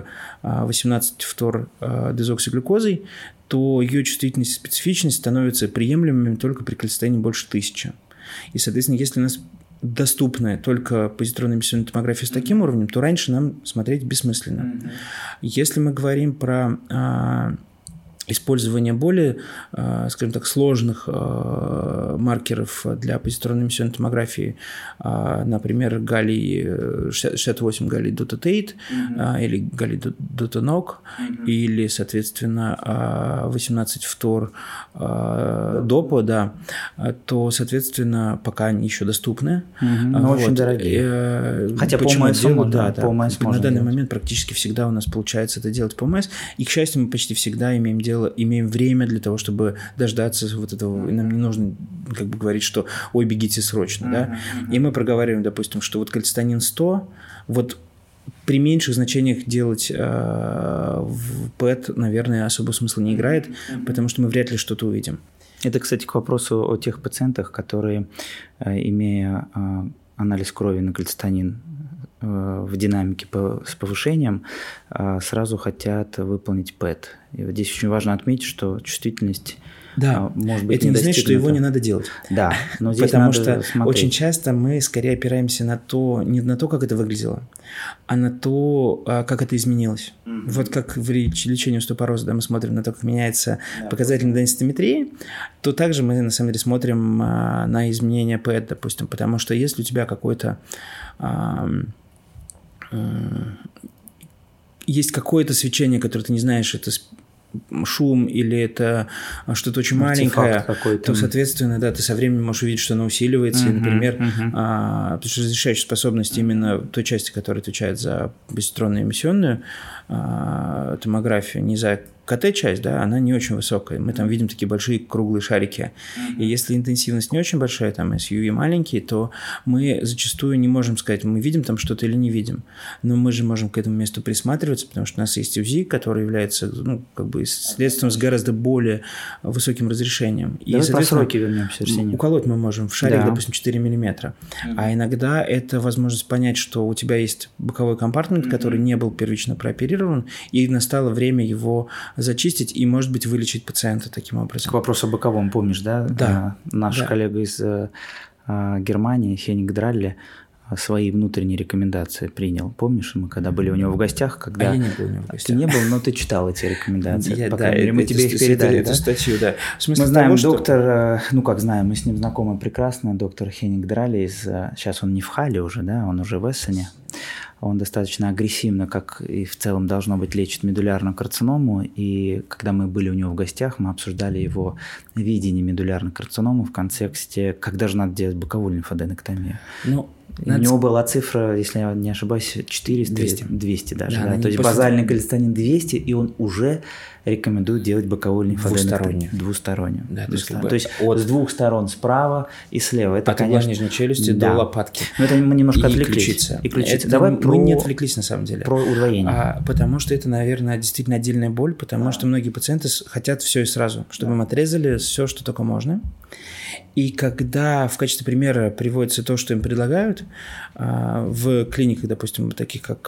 18-фтор-дезоксиглюкозой, то ее чувствительность и специфичность становятся приемлемыми только при кальцитонине больше 1000. И, соответственно, если у нас доступная только позитронная эмиссионная томография с таким уровнем, то раньше нам смотреть бессмысленно. Если мы говорим про использование более, скажем так, сложных маркеров для позитронной эмиссионной томографии, например, галлий 68 галлий-дотатейт или галлий-дотанок, или, соответственно, 18 фтор допо, да, то, соответственно, пока они еще доступны. Но очень дорогие. Хотя по ОМС на данный момент практически всегда у нас получается это делать по ОМС. И, к счастью, мы почти всегда имеем время для того, чтобы дождаться вот этого. И нам не нужно как бы говорить, что ой, бегите срочно. Да? И мы проговариваем, допустим, что вот кальцитонин 100, вот при меньших значениях делать в ПЭТ, наверное, особого смысла не играет, потому что мы вряд ли что-то увидим. Это, кстати, к вопросу о тех пациентах, которые, имея анализ крови на кальцитонин в динамике с повышением, сразу хотят выполнить ПЭТ. И вот здесь очень важно отметить, что чувствительность может быть это не значит, что его не надо делать. Да, но здесь потому надо что смотреть. Очень часто мы скорее опираемся не на то, как это выглядело, а на то, как это изменилось. Вот как в лечении остеопороза, мы смотрим на то, как меняется показатель на денситометрии, то также мы на самом деле смотрим на изменения ПЭТ, допустим, потому что если у тебя какой-то есть какое-то свечение, которое ты не знаешь, это шум или это что-то очень маленькое, то, соответственно, ты со временем можешь увидеть, что оно усиливается. И, например, потому что разрешающая способность именно той части, которая отвечает за позитронную эмиссионную томографию, не за КТ-часть, она не очень высокая. Мы там видим такие большие круглые шарики. И если интенсивность не очень большая, там SUV маленький, то мы зачастую не можем сказать, мы видим там что-то или не видим. Но мы же можем к этому месту присматриваться, потому что у нас есть УЗИ, который является следствием с гораздо более высоким разрешением. Давай по сроке вернемся, Арсений. Уколоть мы можем в шарик, допустим, 4 мм. А иногда это возможность понять, что у тебя есть боковой компартмент, который не был первично прооперирован, и настало время его зачистить и, может быть, вылечить пациента таким образом. К вопросу о боковом, помнишь, да? Да. Наш коллега из Германии, Хенник Дралле, свои внутренние рекомендации принял. Помнишь, мы когда были у него в гостях, когда... А я не был у него в гостях. Ты не был, но ты читал эти рекомендации. По крайней мере, мы тебе их передали, эту статью, да. Мы знаем доктор, мы с ним знакомы прекрасно, доктор Хенник Дралле сейчас он не в Хале уже, да, он уже в Эссене. Он достаточно агрессивно, как и в целом должно быть, лечит медулярную карциному. И когда мы были у него в гостях, мы обсуждали его видение медулярной карциномы в контексте, когда же надо делать боковую лимфоденектомию. У него была цифра, если я не ошибаюсь, 200 даже. Да, то есть базальный кальцитонин 200, и он уже рекомендует делать боковую лимфоденектомию. Двустороннюю. Да, то есть с двух сторон, справа и слева. Это, от угла нижней челюсти до лопатки. Но это мы немножко отвлеклись. И ключица. Давай мы не отвлеклись на самом деле. Про удвоение. Потому что это, наверное, действительно отдельная боль, потому что многие пациенты хотят все и сразу, чтобы им отрезали все, что только можно. И когда в качестве примера приводится то, что им предлагают в клиниках, допустим, таких как,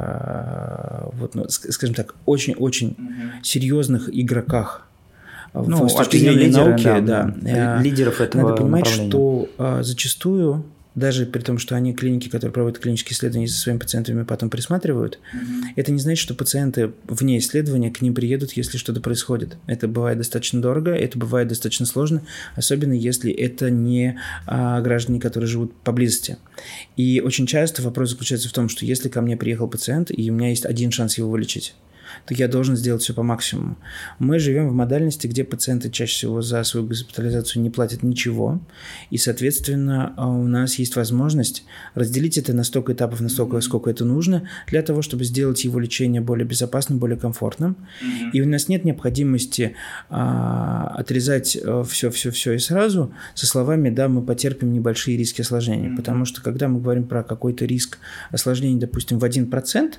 скажем так, очень-очень серьезных игроках с точки зрения науки, лидеров этого надо понимать, направления. что зачастую, даже при том, что они клиники, которые проводят клинические исследования со своими пациентами, потом присматривают, это не значит, что пациенты вне исследования к ним приедут, если что-то происходит. Это бывает достаточно дорого, это бывает достаточно сложно, особенно если это не граждане, которые живут поблизости. И очень часто вопрос заключается в том, что если ко мне приехал пациент, и у меня есть один шанс его вылечить, то я должен сделать все по максимуму. Мы живем в модальности, где пациенты чаще всего за свою госпитализацию не платят ничего, и, соответственно, у нас есть возможность разделить это на столько этапов, настолько, сколько это нужно, для того, чтобы сделать его лечение более безопасным, более комфортным. И у нас нет необходимости отрезать все и сразу со словами, мы потерпим небольшие риски осложнений, потому что, когда мы говорим про какой-то риск осложнений, допустим, в 1%,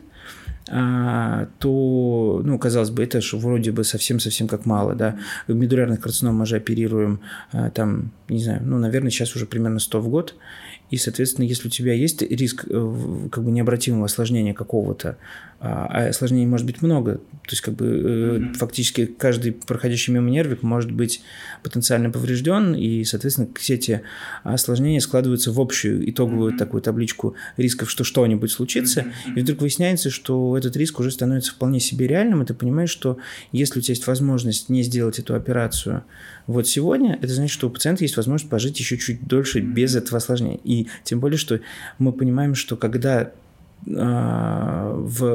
то, казалось бы, это же вроде бы совсем-совсем как мало, да. В медулярных карциномах мы же оперируем, наверное, сейчас уже примерно 100 в год, и, соответственно, если у тебя есть риск необратимого осложнения какого-то, а осложнений может быть много, то есть фактически каждый проходящий мимо нервик может быть потенциально поврежден, и, соответственно, все эти осложнения складываются в общую итоговую такую табличку рисков, что что-нибудь случится, и вдруг выясняется, что этот риск уже становится вполне себе реальным, и ты понимаешь, что если у тебя есть возможность не сделать эту операцию вот сегодня, это значит, что у пациента есть возможность пожить еще чуть дольше без этого осложнения. И тем более, что мы понимаем, что когда в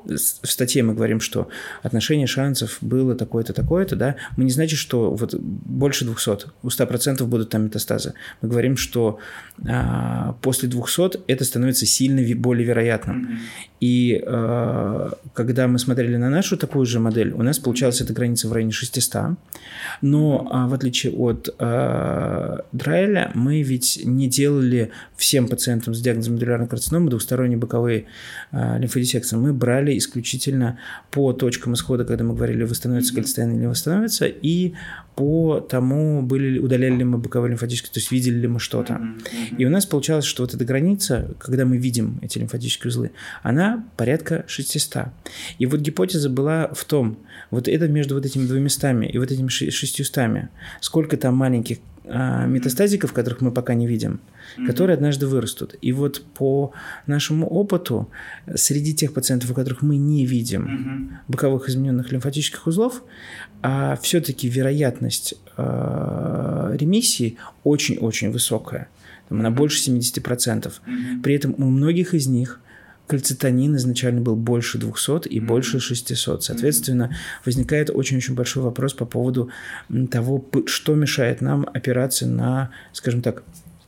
в статье мы говорим, что отношение шансов было такое-то, такое-то, да, мы не значит, что вот больше 200, у 100% будут там метастазы. Мы говорим, что после 200 это становится сильно более вероятным. И когда мы смотрели на нашу такую же модель, у нас получалась эта граница в районе 600, но в отличие от Драйля, мы ведь не делали всем пациентам с диагнозом медулярной карциномы двухсторонние боковые лимфодиссекции. Мы брали исключительно по точкам исхода, когда мы говорили, восстановится кальцитоин или не восстановится, и по тому, удаляли ли мы боковые лимфатические, то есть видели ли мы что-то. И у нас получалось, что вот эта граница, когда мы видим эти лимфатические узлы, она порядка 600. И вот гипотеза была в том, вот это между вот этими 200 и вот этими 600, сколько там маленьких метастазиков, которых мы пока не видим, которые однажды вырастут. И вот по нашему опыту, среди тех пациентов, у которых мы не видим боковых измененных лимфатических узлов, все-таки вероятность ремиссии очень-очень высокая. Она больше 70%. При этом у многих из них кальцитонин изначально был больше 200 и больше 600. Соответственно, возникает очень-очень большой вопрос по поводу того, что мешает нам опираться на, скажем так,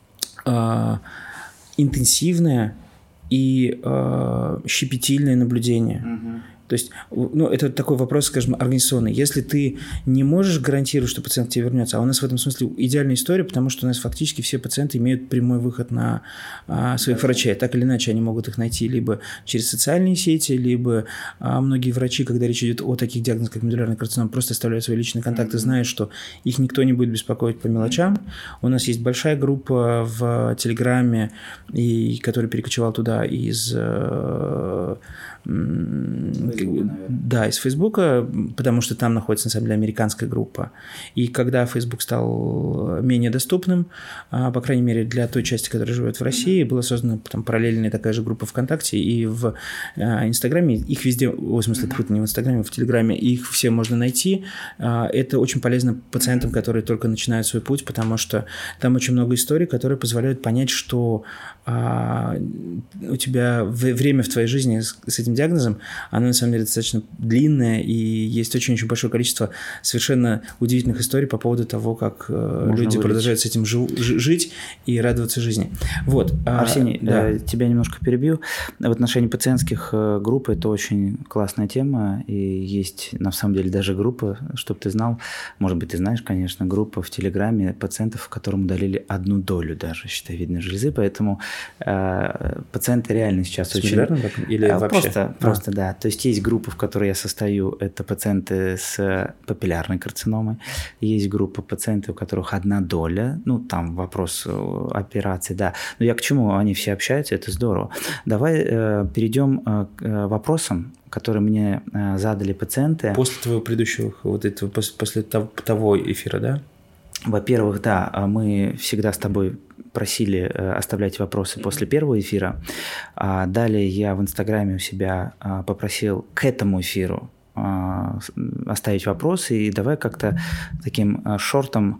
интенсивное и щепетильное наблюдение. То есть, это такой вопрос, скажем, организационный. Если ты не можешь гарантировать, что пациент к тебе вернется, а у нас в этом смысле идеальная история, потому что у нас фактически все пациенты имеют прямой выход на своих врачей. Так или иначе, они могут их найти либо через социальные сети, либо многие врачи, когда речь идет о таких диагнозах, как медулярный карцином, просто оставляют свои личные контакты, зная, что их никто не будет беспокоить по мелочам. У нас есть большая группа в Телеграме, которая перекочевала туда из Фейсбука, потому что там находится, на самом деле, американская группа. И когда Фейсбук стал менее доступным, по крайней мере, для той части, которая живет в России, была создана там параллельная такая же группа ВКонтакте, и в Инстаграме, их везде, в смысле, не в Инстаграме, в Телеграме, их все можно найти. Это очень полезно пациентам, которые только начинают свой путь, потому что там очень много историй, которые позволяют понять, что у тебя время в твоей жизни с этим диагнозом, оно на самом деле достаточно длинное, и есть очень-очень большое количество совершенно удивительных историй по поводу того, как люди продолжают с этим жить и радоваться жизни. Вот. Арсений, тебя немножко перебью. В отношении пациентских групп это очень классная тема, и есть на самом деле даже группа, чтобы ты знал, может быть, ты знаешь, конечно, группа в Телеграме пациентов, которым удалили 1 долю даже щитовидной железы, поэтому пациенты реально сейчас очень... Или вообще? Просто, да. То есть есть группа, в которой я состою, это пациенты с папиллярной карциномой, есть группа пациентов, у которых 1 доля, там вопрос операции, да. Но я к чему? Они все общаются, это здорово. Давай перейдем к вопросам, которые мне задали пациенты. После твоего предыдущего, после того эфира, да? Во-первых, да, мы всегда с тобой просили оставлять вопросы после первого эфира. Далее я в Инстаграме у себя попросил к этому эфиру оставить вопросы, и давай как-то таким шортом,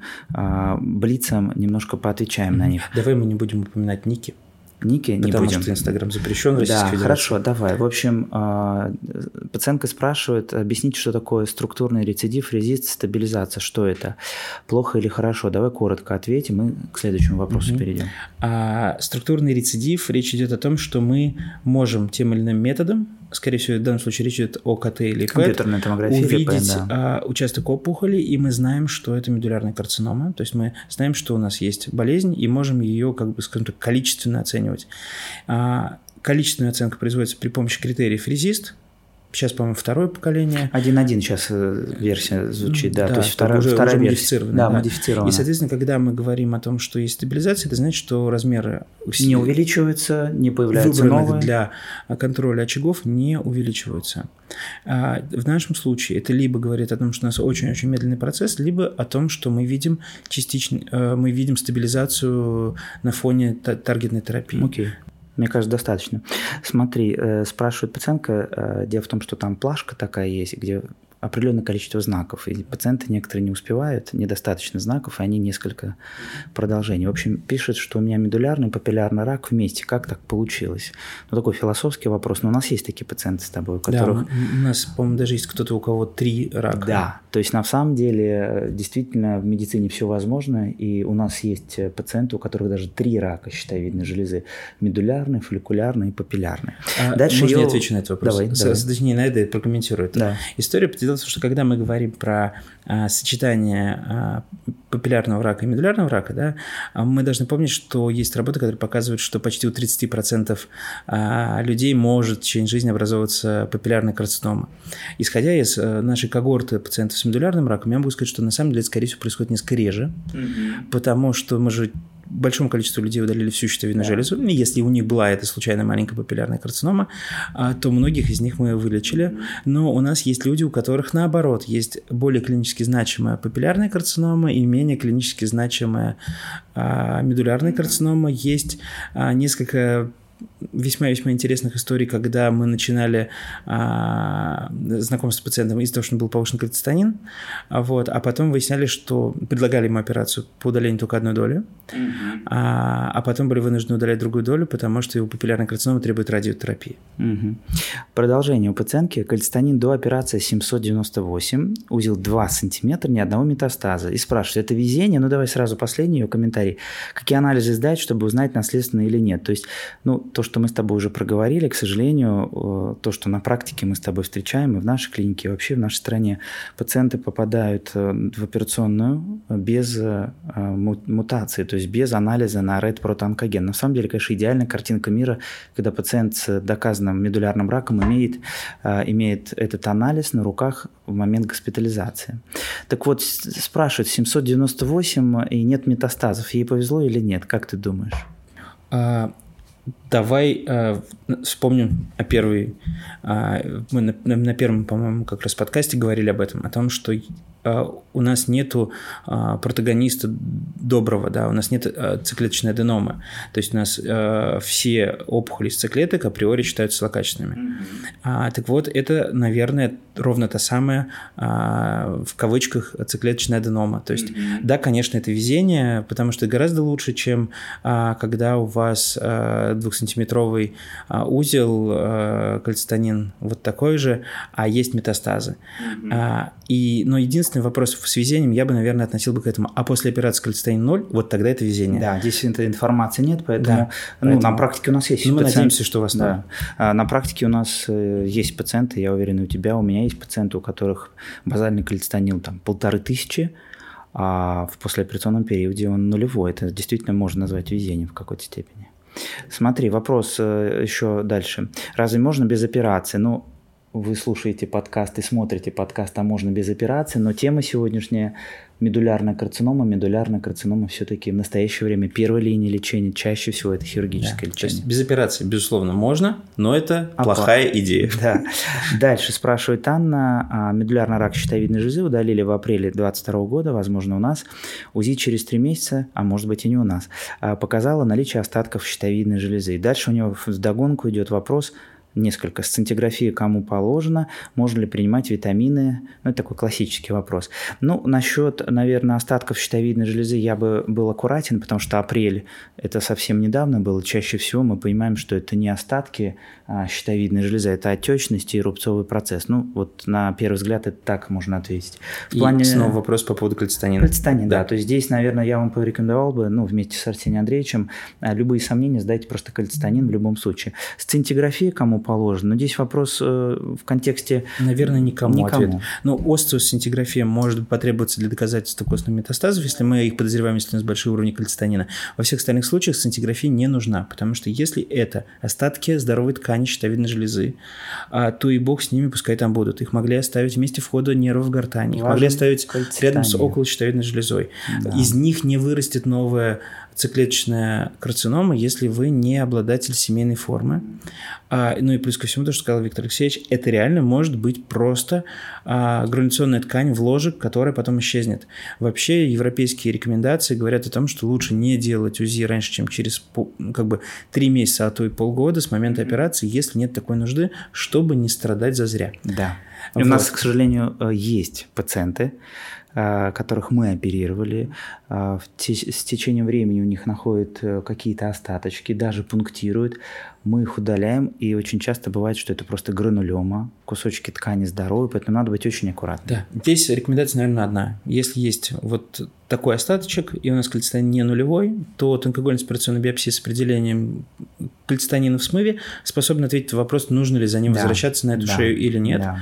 блицом немножко поотвечаем на них. Давай мы не будем упоминать ники. Ники не будем. Потому что Инстаграм запрещен в Российской Федерации. Хорошо, давай. В общем, пациентка спрашивает, объясните, что такое структурный рецидив, резист, стабилизация, что это? Плохо или хорошо? Давай коротко ответим и к следующему вопросу перейдем. Структурный рецидив, речь идет о том, что мы можем тем или иным методом, скорее всего, в данном случае речь идет о КТ или ПЭТ, увидеть участок опухоли, и мы знаем, что это медулярная карцинома, то есть мы знаем, что у нас есть болезнь, и можем ее, скажем так, количественно оценивать. Количественная оценка производится при помощи критериев резист. Сейчас, по-моему, 2-е поколение. 1.1 сейчас версия звучит, да. То есть вторая уже версия. Да, модифицирована. И, соответственно, когда мы говорим о том, что есть стабилизация, это значит, что размеры не увеличиваются, не появляются новые. Для контроля очагов не увеличиваются. В нашем случае это либо говорит о том, что у нас очень-очень медленный процесс, либо о том, что мы видим стабилизацию на фоне таргетной терапии. Окей. Мне кажется, достаточно. Смотри, спрашивает пациентка, дело в том, что там плашка такая есть, где определенное количество знаков, и пациенты некоторые не успевают, недостаточно знаков, и они несколько продолжений. В общем, пишет, что у меня медулярный и папиллярный рак вместе. Как так получилось? Ну, такой философский вопрос, но у нас есть такие пациенты с тобой, у которых... Да, у нас, по-моему, даже есть кто-то, у кого 3 рака. Да, то есть на самом деле действительно в медицине все возможно, и у нас есть пациенты, у которых даже 3 рака щитовидной железы: медулярный, фолликулярный и папиллярный. Дальше можно я отвечу на этот вопрос? Давай. Точнее, на это прокомментирую. Да. История дело в том, что когда мы говорим про сочетание папиллярного рака и медулярного рака, да, мы должны помнить, что есть работы, которые показывают, что почти у 30% людей может в течение жизни образовываться папиллярная карцинома. Исходя из нашей когорты пациентов с медулярным раком, я могу сказать, что на самом деле это, скорее всего, происходит несколько реже, потому что мы же большому количеству людей удалили всю щитовидную железу. И если у них была эта случайная маленькая папиллярная карцинома, то многих из них мы вылечили. Но у нас есть люди, у которых, наоборот, есть более клинически значимая папиллярная карцинома и менее клинически значимая медулярная карцинома. Есть несколько весьма-весьма интересных историй, когда мы начинали знакомство с пациентом из-за того, что был повышен кальцитонин, а потом выясняли, что предлагали ему операцию по удалению только одной доли, а потом были вынуждены удалять другую долю, потому что его папиллярная карцинома требует радиотерапии. Продолжение у пациентки: кальцитонин до операции 798, узел 2 сантиметра, ни одного метастаза. И спрашивает, это везение? Ну, давай сразу последний ее комментарий. Какие анализы сдать, чтобы узнать, наследственно или нет? То есть, то, что мы с тобой уже проговорили, к сожалению, то, что на практике мы с тобой встречаем, и в нашей клинике, и вообще в нашей стране, пациенты попадают в операционную без мутации, то есть без анализа на РЭД-протоонкоген. На самом деле, конечно, идеальная картинка мира, когда пациент с доказанным медулярным раком имеет этот анализ на руках в момент госпитализации. Так вот, спрашивают, 798 и нет метастазов, ей повезло или нет? Как ты думаешь? Давай вспомним о первой... Мы на первом, по-моему, как раз подкасте говорили об этом, о том, что у нас нету протагониста доброго, да, у нас нет циклеточной аденомы. То есть у нас все опухоли циклеток априори считаются злокачественными. Так вот, это, наверное, ровно та самая, в кавычках, циклеточная аденома. То есть, да, конечно, это везение, потому что гораздо лучше, чем когда у вас 2-сантиметровый узел, кальцитонин вот такой же, а есть метастазы. Но единственный вопрос с везением я бы, наверное, относил бы к этому. А после операции кальцитонин 0, вот тогда это везение. Да, здесь этой информации нет, поэтому, на практике у нас есть мы пациенты. Надеемся, что у вас да. На практике у нас есть пациенты, я уверен, и у тебя, у меня есть пациенты, у которых базальный кальцитонин 1500, а в послеоперационном периоде он нулевой. Это действительно можно назвать везением в какой-то степени. Смотри, вопрос еще дальше. Разве можно без операции? Вы слушаете подкаст и смотрите подкаст, а можно без операции, но тема сегодняшняя – медулярная карцинома. Медулярная карцинома все-таки в настоящее время первой линии лечения, чаще всего это хирургическое лечение. То есть без операции, безусловно, можно, но это плохая идея. Да. Дальше спрашивает Анна. Медулярный рак щитовидной железы удалили в апреле 2022 года, возможно, у нас. УЗИ через 3 месяца, а может быть и не у нас, показало наличие остатков щитовидной железы. И дальше у него вдогонку идет вопрос – несколько. Сцинтиграфия кому положено? Можно ли принимать витамины? Это такой классический вопрос. Насчет, наверное, остатков щитовидной железы я бы был аккуратен, потому что апрель – это совсем недавно было. Чаще всего мы понимаем, что это не остатки щитовидной железы, это отечность и рубцовый процесс. На первый взгляд это так можно ответить. В плане... снова вопрос по поводу кальцитонина. Кальцитонин, да. То есть здесь, наверное, я вам порекомендовал бы, вместе с Арсением Андреевичем, любые сомнения сдайте просто кальцитонин в любом случае. Сцинтиграфия кому положено? Но здесь вопрос в контексте... Наверное, никому. Ответ. Остеосцинтиграфия может потребоваться для доказательства костных метастазов, если мы их подозреваем, если у нас большие уровни кальцитонина. Во всех остальных случаях сцинтиграфия не нужна, потому что если это остатки здоровой ткани щитовидной железы, то и бог с ними, пускай там будут. Их могли оставить в месте входа нервов в гортани, их могли оставить рядом с околощитовидной железой. Да. Из них не вырастет новая циклеточная карцинома, если вы не обладатель семейной формы. И плюс ко всему, то, что сказал Виктор Алексеевич, это реально может быть просто грануляционная ткань в ложек, которая потом исчезнет. Вообще, европейские рекомендации говорят о том, что лучше не делать УЗИ раньше, чем через 3 месяца, а то и полгода с момента операции, если нет такой нужды, чтобы не страдать зазря. Да. У нас, к сожалению, есть пациенты, которых мы оперировали, с течением времени у них находят какие-то остаточки, даже пунктируют, мы их удаляем, и очень часто бывает, что это просто гранулема, кусочки ткани здоровые, поэтому надо быть очень аккуратным. Да, здесь рекомендация, наверное, одна. Если есть вот такой остаточек, и у нас кальцитонин не нулевой, то тонкоугольная аспирационная биопсия с определением кальцитонина в смыве способна ответить на вопрос, нужно ли за ним возвращаться на эту шею или нет. Да.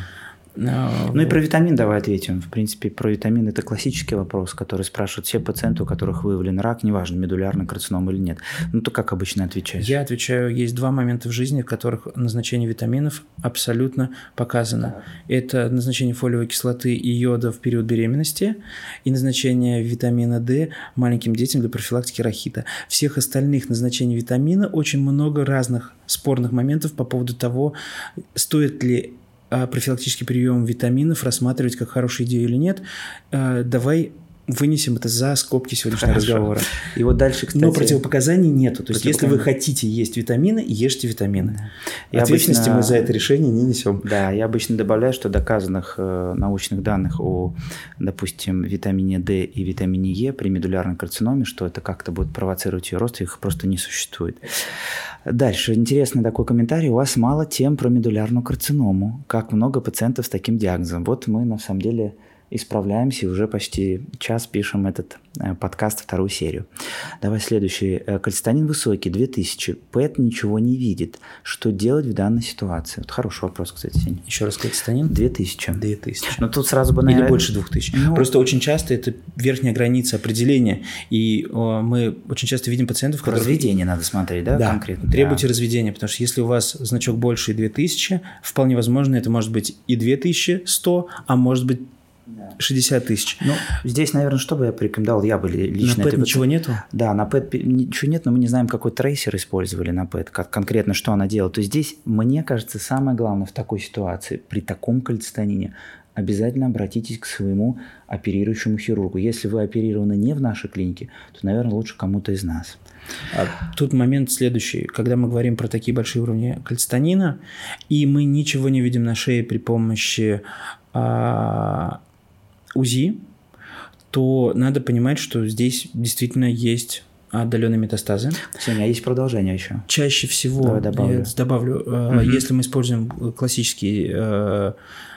Ну и про витамин давай ответим. В принципе, про витамин – это классический вопрос, который спрашивают все пациенты, у которых выявлен рак, неважно, медулярный карцином или нет. Ну, то как обычно отвечаешь? Я отвечаю, есть два момента в жизни, в которых назначение витаминов абсолютно показано. Это назначение фолиевой кислоты и йода в период беременности и назначение витамина D маленьким детям для профилактики рахита. Всех остальных назначений витамина очень много разных спорных моментов по поводу того, стоит ли профилактический прием витаминов рассматривать как хорошую идею или нет. Давай вынесем это за скобки сегодняшнего разговора. И вот дальше, кстати... Но противопоказаний нету. То есть, если вы хотите есть витамины, ешьте витамины. Да. Ответственности мы за это решение не несем. Да, я обычно добавляю, что доказанных научных данных о, допустим, витамине D и витамине Е при медулярной карциноме, что это как-то будет провоцировать ее рост, их просто не существует. Дальше. Интересный такой комментарий. У вас мало тем про медулярную карциному. Как много пациентов с таким диагнозом. Вот мы, на самом деле, исправляемся и уже почти час пишем этот подкаст, вторую серию. Давай следующий. Кальцитонин высокий, 2000. ПЭТ ничего не видит. Что делать в данной ситуации? Вот хороший вопрос, кстати, Сеня. Еще раз кальцитонин? 2000. 2000. Но тут сразу бы, наверное... Или больше 2000. Ну... Просто очень часто это верхняя граница определения. И мы очень часто видим пациентов, которые... Разведение надо смотреть, да, конкретно? Требуйте разведения, потому что если у вас значок больше 2000, вполне возможно, это может быть и 2100, а может быть 60 тысяч. Ну, здесь, наверное, что бы я порекомендовал? Я бы лично... На ПЭТ ничего нету? Да, на ПЭТ ничего нет, но мы не знаем, какой трейсер использовали на ПЭТ, как конкретно, что она делала. То есть здесь, мне кажется, самое главное в такой ситуации, при таком кальцитонине, обязательно обратитесь к своему оперирующему хирургу. Если вы оперированы не в нашей клинике, то, наверное, лучше кому-то из нас. Тут момент следующий. Когда мы говорим про такие большие уровни кальцитонина, и мы ничего не видим на шее при помощи УЗИ, то надо понимать, что здесь действительно есть отдаленные метастазы. Сегодня есть продолжение еще. Чаще всего, я добавлю, если мы используем классический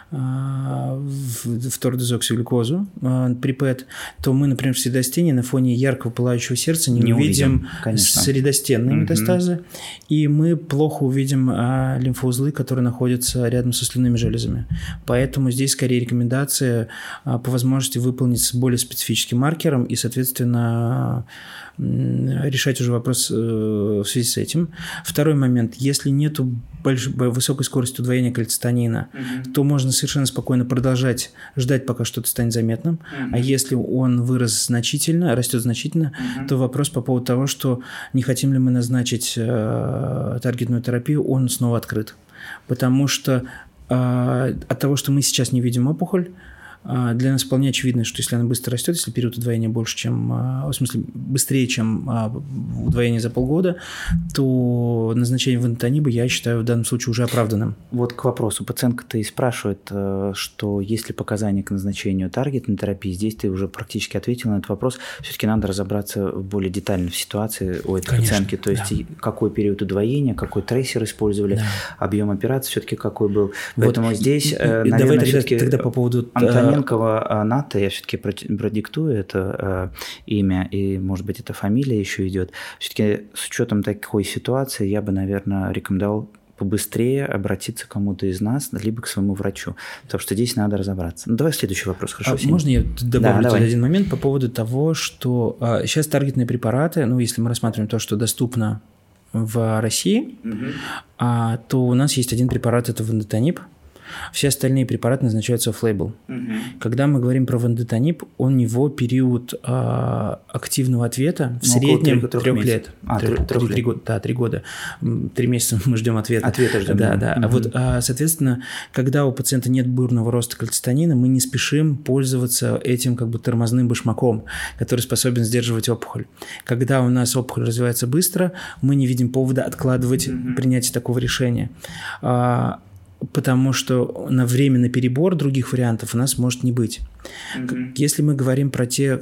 фтордезоксиглюкозу при ПЭТ, то мы, например, в средостении на фоне яркого пылающего сердца не увидим средостенные метастазы, и мы плохо увидим лимфоузлы, которые находятся рядом со слюнными железами. Поэтому здесь скорее рекомендация по возможности выполнить с более специфическим маркером и, соответственно, решать уже вопрос в связи с этим. Второй момент. Если нет высокой скорости удвоения кальцитонина, то можно совершенно спокойно продолжать ждать, пока что-то станет заметным. А если он вырос значительно, растет значительно, то вопрос по поводу того, что не хотим ли мы назначить таргетную терапию, он снова открыт. Потому что от того, что мы сейчас не видим опухоль, для нас вполне очевидно, что если она быстро растет, если период удвоения больше, чем, в смысле, быстрее, чем удвоение за полгода, то назначение вендотониба я считаю в данном случае уже оправданным. Вот к вопросу. Пациентка-то и спрашивает, что есть ли показания к назначению таргетной терапии. Здесь ты уже практически ответил на этот вопрос. Все-таки надо разобраться более детально в ситуации у этой пациентки. То есть какой период удвоения, какой трейсер использовали, объем операции все-таки какой был. Поэтому вот здесь, наверное, все-таки... Тогда по поводу... Антоненкова Ната, я все-таки продиктую это имя, и, может быть, эта фамилия еще идет. Все-таки с учетом такой ситуации я бы, наверное, рекомендовал побыстрее обратиться к кому-то из нас, либо к своему врачу, потому что здесь надо разобраться. Ну, давай следующий вопрос, хорошо? Можно я добавлю один момент по поводу того, что сейчас таргетные препараты, ну, если мы рассматриваем то, что доступно в России, то у нас есть один препарат, это вендотониб. Все остальные препараты назначаются off-label. Когда мы говорим про вендотониб, у него период активного ответа в среднем 3 лет. 3 года. Да, 3 года. 3 месяца мы ждем ответа. Ответа ждем. Да. Вот, соответственно, когда у пациента нет бурного роста кальцитонина, мы не спешим пользоваться этим как бы тормозным башмаком, который способен сдерживать опухоль. Когда у нас опухоль развивается быстро, мы не видим повода откладывать принятие такого решения. потому что на временный перебор других вариантов у нас может не быть. Если мы говорим про те,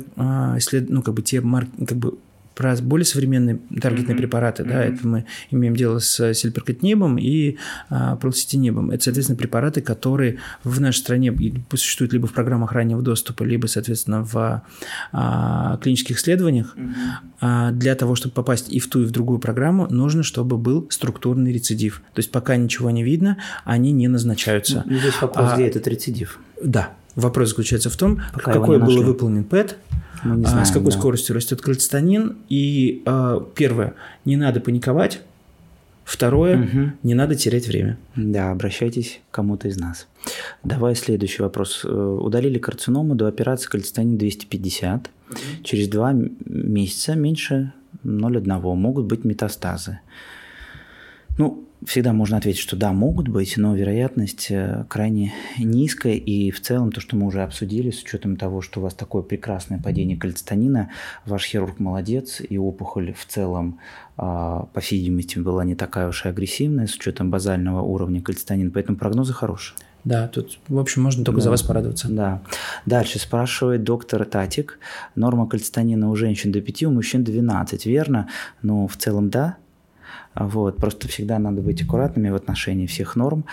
про более современные таргетные препараты, да, это мы имеем дело с сильперкотинибом и пролцетинибом. Это, соответственно, препараты, которые в нашей стране существуют либо в программах раннего доступа, либо, соответственно, в клинических исследованиях. Для того, чтобы попасть и в ту, и в другую программу, нужно, чтобы был структурный рецидив. То есть пока ничего не видно, они не назначаются. Здесь вопрос, где этот рецидив? Да. Вопрос заключается в том, какой был выполнен ПЭТ, с какой скоростью растет кальцитонин. И первое, не надо паниковать. Второе, не надо терять время. Да, обращайтесь к кому-то из нас. Давай следующий вопрос. Удалили карциному до операции кальцитонин 250. Через 2 месяца меньше 0,1. Могут быть метастазы. Всегда можно ответить, что да, могут быть, но вероятность крайне низкая. И в целом то, что мы уже обсудили, с учетом того, что у вас такое прекрасное падение кальцитонина, ваш хирург молодец, и опухоль в целом, по всей видимости, была не такая уж и агрессивная, с учетом базального уровня кальцитонина, поэтому прогнозы хорошие. Да, тут, в общем, можно только за вас порадоваться. Да. Дальше спрашивает доктор Татик. Норма кальцитонина у женщин до 5, у мужчин 12, верно? В целом да. Просто всегда надо быть аккуратными в отношении всех норм.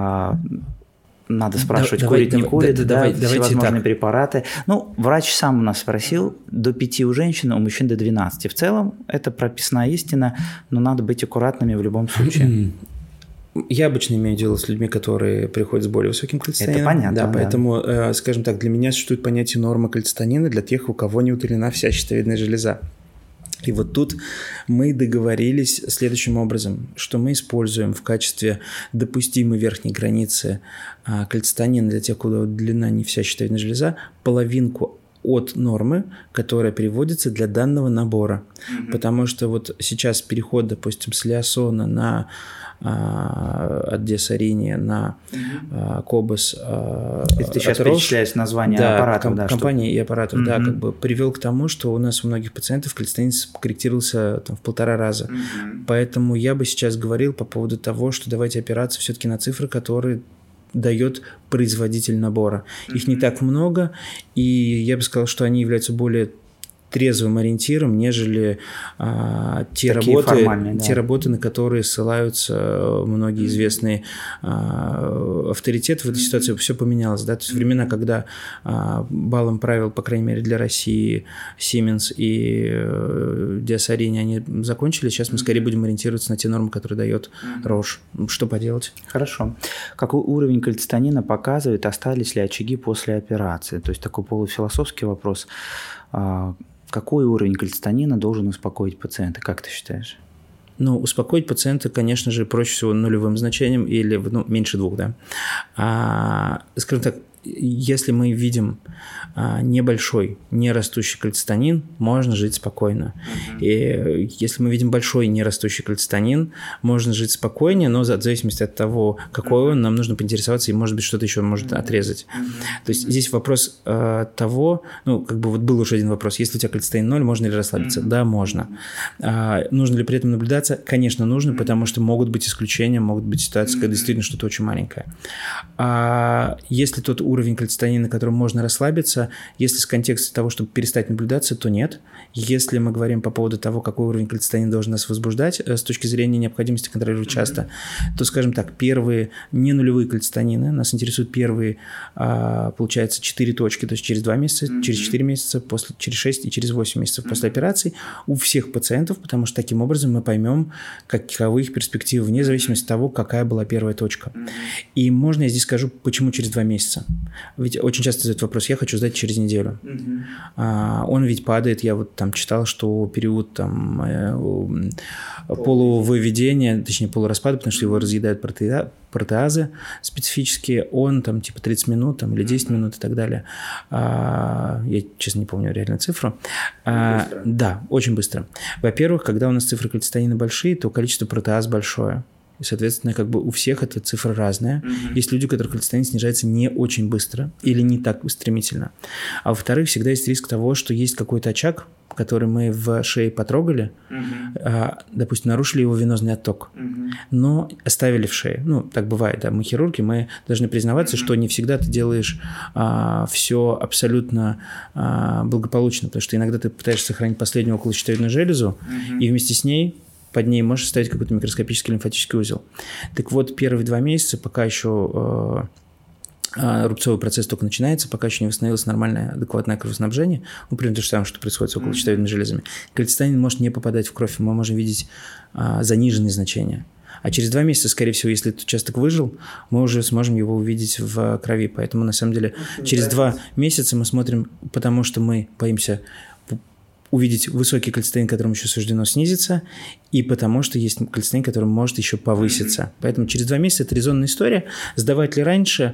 Надо спрашивать, курит, не курит, всевозможные препараты. Врач сам у нас спросил, до 5 у женщин, у мужчин до 12. В целом это прописная истина, но надо быть аккуратными в любом случае. Я обычно имею дело с людьми, которые приходят с более высоким кальцитонином. Это понятно. Да, поэтому, скажем так, для меня существует понятие нормы кальцитонина для тех, у кого не удалена вся щитовидная железа. И вот тут мы договорились следующим образом, что мы используем в качестве допустимой верхней границы кальцитонина для тех, у кого удалена не вся щитовидная железа, половинку от нормы, которая приводится для данного набора. Потому что вот сейчас переход, допустим, с лиосона на от диасариния на Кобас. Ты сейчас перечисляешь название аппаратов. Компании и аппаратов, привел к тому, что у нас у многих пациентов кальцитонин корректировался в 1,5 раза. Поэтому я бы сейчас говорил по поводу того, что давайте опираться все-таки на цифры, которые дает производитель набора. Их не так много, и я бы сказал, что они являются более трезвым ориентиром, нежели те работы, на которые ссылаются многие известные авторитеты. В этой ситуации все поменялось. Да? То есть времена, когда баллом правил, по крайней мере для России, Siemens и диасарини, они закончились. Сейчас мы скорее будем ориентироваться на те нормы, которые дает Roche. Что поделать? Хорошо. Какой уровень кальцитонина показывает, остались ли очаги после операции? То есть такой полуфилософский вопрос. Какой уровень кальцитонина должен успокоить пациента, как ты считаешь? Успокоить пациента, конечно же, проще всего нулевым значением или меньше 2, да. Скажем так, если мы видим небольшой, нерастущий кальцитонин, можно жить спокойно. И если мы видим большой нерастущий кальцитонин, можно жить спокойнее, но в зависимости от того, какой он, нам нужно поинтересоваться, и, может быть, что-то еще может отрезать. То есть здесь вопрос того, был уже один вопрос, если у тебя кальцитонин 0, можно ли расслабиться? Да, можно. Нужно ли при этом наблюдаться? Конечно, нужно, потому что могут быть исключения, могут быть ситуации, когда действительно что-то очень маленькое. Если тот уровень кальцитонина, на котором можно расслабиться, если с контекста того, чтобы перестать наблюдаться, то нет. Если мы говорим по поводу того, какой уровень кальцитонина должен нас возбуждать с точки зрения необходимости контролировать часто, то, скажем так, первые не нулевые кальцитонины, нас интересуют первые, получается, 4 точки, то есть через 2 месяца, через 4 месяца, через 6 и через 8 месяцев после операции у всех пациентов, потому что таким образом мы поймем, каковы их перспективы, вне зависимости от того, какая была первая точка. И можно я здесь скажу, почему через 2 месяца? Ведь очень часто задают вопрос, я хочу сдать через неделю. Он ведь падает, я вот там читал, что период полувыведения, точнее полураспада, потому что его разъедают протеазы специфические, он там типа 30 минут или 10 минут и так далее. Я, честно, не помню реальную цифру. Да, очень быстро. Во-первых, когда у нас цифры кальцитонина большие, то количество протеаз большое. И, соответственно, у всех эта цифра разная. Есть люди, у которых кальцитонин снижается не очень быстро или не так стремительно. А во-вторых, всегда есть риск того, что есть какой-то очаг, который мы в шее потрогали, допустим, нарушили его венозный отток, но оставили в шее. Ну, так бывает, да, мы хирурги, мы должны признаваться, что не всегда ты делаешь все абсолютно благополучно, потому что иногда ты пытаешься сохранить последнюю околощитовидную железу, и вместе с ней под ней можешь ставить какой-то микроскопический лимфатический узел. Так вот, первые 2 месяца, пока еще рубцовый процесс только начинается, пока еще не восстановилось нормальное, адекватное кровоснабжение, примерно то же самое, что происходит с околощитовидными железами, кальцитонин может не попадать в кровь, мы можем видеть заниженные значения. А через 2 месяца, скорее всего, если этот участок выжил, мы уже сможем его увидеть в крови. Поэтому, на самом деле, через 2 месяца мы смотрим, потому что мы боимся увидеть высокий кальцитонин, которому еще суждено снизиться, и потому что есть кальцитонин, который может еще повыситься. Поэтому через 2 месяца это резонная история. Сдавать ли раньше?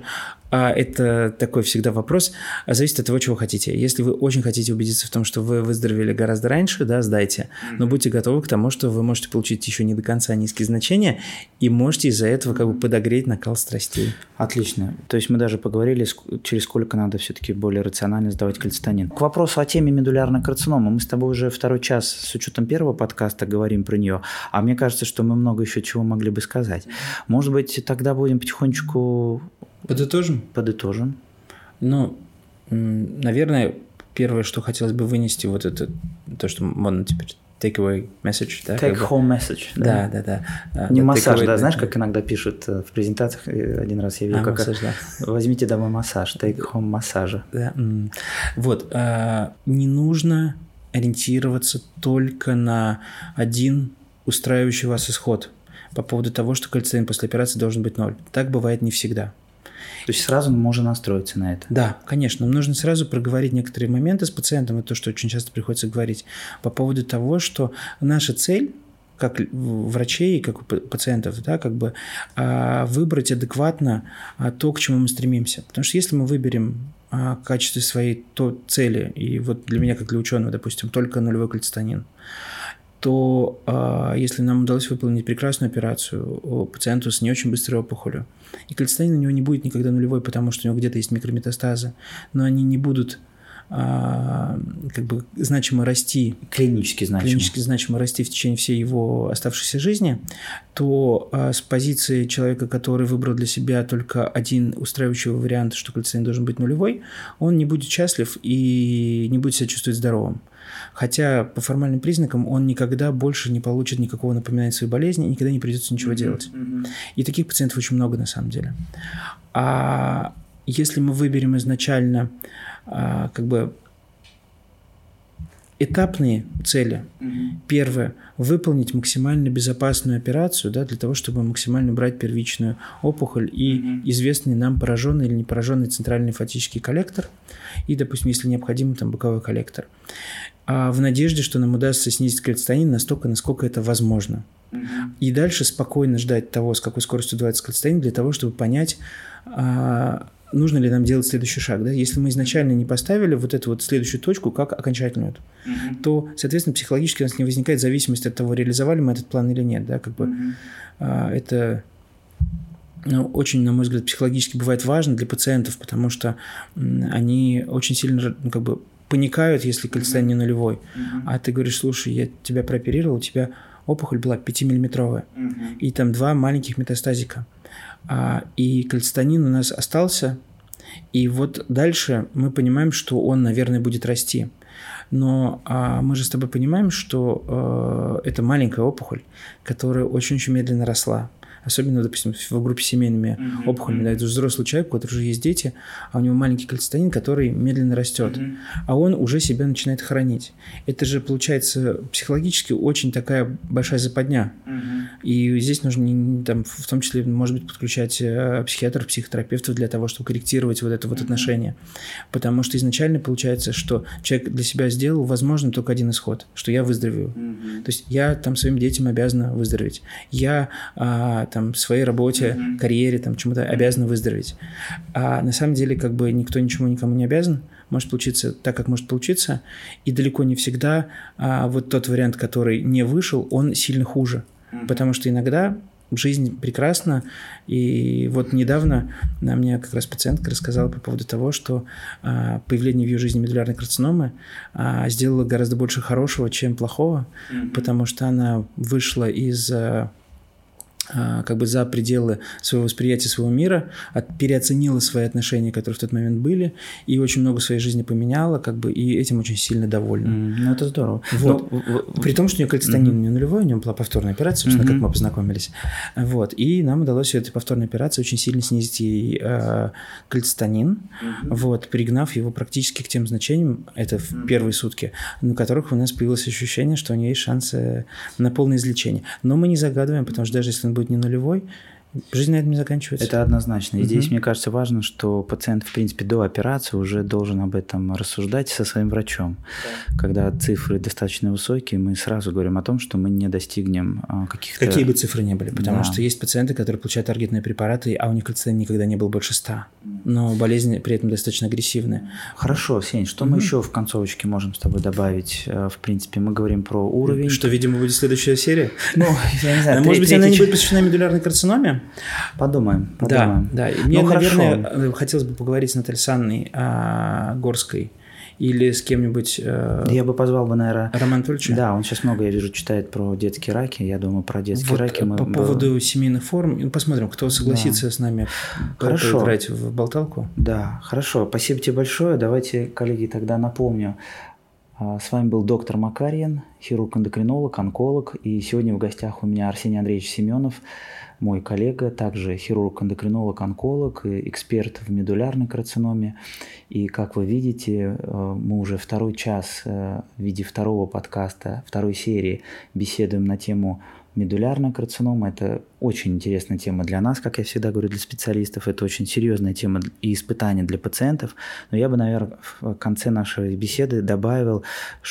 Это такой всегда вопрос. Зависит от того, чего хотите. Если вы очень хотите убедиться в том, что вы выздоровели гораздо раньше, да, сдайте. Но будьте готовы к тому, что вы можете получить еще не до конца низкие значения и можете из-за этого как бы подогреть накал страстей. Отлично. То есть мы даже поговорили, через сколько надо все-таки более рационально сдавать кальцитонин. К вопросу о теме медулярной карциномы. Мы с тобой уже 2 час с учетом первого подкаста говорим про нее, а мне кажется, что мы много еще чего могли бы сказать. Может быть, тогда будем потихонечку... Подытожим. Ну, наверное, первое, что хотелось бы вынести, вот это то, что модно теперь take-away message. Да, take-home message. Да. Не массаж, да, знаешь, как иногда пишут в презентациях, один раз я видел, как массаж, да. Возьмите домой массаж, take-home массажа. Да. Вот, не нужно ориентироваться только на один устраивающий вас исход по поводу того, что кальцитонин после операции должен быть 0. Так бывает не всегда. То есть сразу можно настроиться на это? Да, конечно. Нужно сразу проговорить некоторые моменты с пациентом, это то, что очень часто приходится говорить, по поводу того, что наша цель, как врачей, как у пациентов, да, как бы выбрать адекватно то, к чему мы стремимся. Потому что если мы выберем в качестве своей цели, и вот для меня, как для ученого, допустим, только нулевой кальцитонин, то если нам удалось выполнить прекрасную операцию пациенту с не очень быстрой опухолью, и кальцитонин у него не будет никогда нулевой, потому что у него где-то есть микрометастазы, но они не будут как бы значимо расти, клинически значимо расти в течение всей его оставшейся жизни, то с позиции человека, который выбрал для себя только один устраивающий вариант, что кальцитонин должен быть нулевой, он не будет счастлив и не будет себя чувствовать здоровым. Хотя по формальным признакам он никогда больше не получит никакого напоминания своей болезни и никогда не придется ничего делать. И таких пациентов очень много на самом деле. А если мы выберем изначально как бы этапные цели. Первое – выполнить максимально безопасную операцию, да, для того, чтобы максимально убрать первичную опухоль и известный нам пораженный или не пораженный центральный лимфатический коллектор и, допустим, если необходимо, там боковой коллектор. В надежде, что нам удастся снизить кальцитонин настолько, насколько это возможно. И дальше спокойно ждать того, с какой скоростью сдувается кальцитонин, для того, чтобы понять, нужно ли нам делать следующий шаг. Да? Если мы изначально не поставили вот эту вот следующую точку как окончательную, то, соответственно, психологически у нас не возникает зависимость от того, реализовали мы этот план или нет. Да? Как бы, это очень, на мой взгляд, психологически бывает важно для пациентов, потому что они очень сильно как бы паникают, если кальцитонин не нулевой. А ты говоришь: слушай, я тебя прооперировал, у тебя опухоль была 5-миллиметровая, и там 2 маленьких метастазика. И кальцитонин у нас остался, и вот дальше мы понимаем, что он, наверное, будет расти. Но мы же с тобой понимаем, что это маленькая опухоль, которая очень-очень медленно росла. Особенно, допустим, в группе с семейными опухолями. Да, это взрослый человек, у которого уже есть дети, а у него маленький кальцитонин, который медленно растет. А он уже себя начинает хранить. Это же, получается, психологически очень такая большая западня. И здесь нужно, там, в том числе, может быть, подключать психиатров, психотерапевтов для того, чтобы корректировать вот это вот отношение. Потому что изначально получается, что человек для себя сделал возможным только один исход, что я выздоровею. То есть я там своим детям обязана выздороветь. Я там, в своей работе, карьере, там, чему-то обязаны выздороветь. А на самом деле как бы никто ничему никому не обязан. Может получиться так, как может получиться. И далеко не всегда вот тот вариант, который не вышел, он сильно хуже. Потому что иногда жизнь прекрасна. И вот недавно мне как раз пациентка рассказала по поводу того, что появление в ее жизни медулярной карциномы сделало гораздо больше хорошего, чем плохого, потому что она вышла из... как бы за пределы своего восприятия своего мира, переоценила свои отношения, которые в тот момент были, и очень много в своей жизни поменяла, как бы, и этим очень сильно довольна. Ну, это здорово. Вот. При том, что у нее кальцитонин не нулевой, у нее была повторная операция, собственно, как мы познакомились. Вот. И нам удалось этой повторной операции очень сильно снизить ей кальцитонин, вот, пригнав его практически к тем значениям, это в первые сутки, на которых у нас появилось ощущение, что у нее есть шансы на полное излечение. Но мы не загадываем, потому что даже если он будет не нулевой, жизнь на этом не заканчивается. Это однозначно. И здесь, мне кажется, важно, что пациент, в принципе, до операции уже должен об этом рассуждать со своим врачом. Да. Когда цифры достаточно высокие, мы сразу говорим о том, что мы не достигнем каких-то... Какие бы цифры ни были, потому что есть пациенты, которые получают таргетные препараты, а у них кальцитонин никогда не был больше 100. Но болезнь при этом достаточно агрессивная. Хорошо, Сень, что мы еще в концовочке можем с тобой добавить? В принципе, мы говорим про уровень. Что, видимо, будет следующая серия? Ну, я не знаю. Может быть, она не будет посвящена медулярной карциноме? Подумаем. Да. И мне, наверное, хотелось бы поговорить с Натальей Санной Горской или с кем-нибудь... Я бы позвал, наверное... Романа Анатольевича? Да, он сейчас много, я вижу, читает про детские раки. Я думаю, про детские раки мы... По поводу семейных форм, посмотрим, кто согласится с нами поиграть в болталку. Да, хорошо. Спасибо тебе большое. Давайте, коллеги, тогда напомню. С вами был доктор Макарьин, хирург-эндокринолог, онколог. И сегодня в гостях у меня Арсений Андреевич Семенов, мой коллега, также хирург-эндокринолог, онколог, эксперт в медулярной карциноме. И, как вы видите, мы уже второй час в виде второго подкаста, второй серии беседуем на тему медулярная карцинома. Это очень интересная тема для нас, как я всегда говорю, для специалистов. Это очень серьезная тема и испытание для пациентов. Но я бы, наверное, в конце нашей беседы добавил,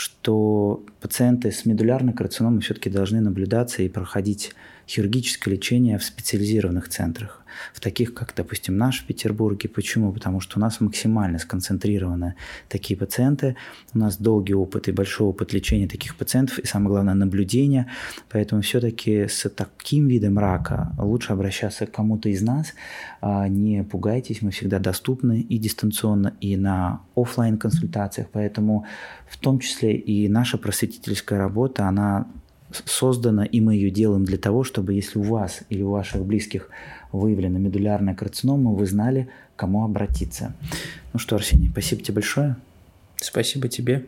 что пациенты с медулярной карциномой все-таки должны наблюдаться и проходить хирургическое лечение в специализированных центрах, в таких, как, допустим, наш в Петербурге. Почему? Потому что у нас максимально сконцентрированы такие пациенты, у нас долгий опыт и большой опыт лечения таких пациентов, и самое главное, наблюдение. Поэтому все-таки с таким видом рака лучше обращаться к кому-то из нас. Не пугайтесь, мы всегда доступны и дистанционно, и на офлайн консультациях. Поэтому в том числе и наша просветительская работа, она создана, и мы ее делаем для того, чтобы если у вас или у ваших близких выявлена медулярная карцинома, вы знали, к кому обратиться. Ну что, Арсений, спасибо тебе большое. Спасибо тебе.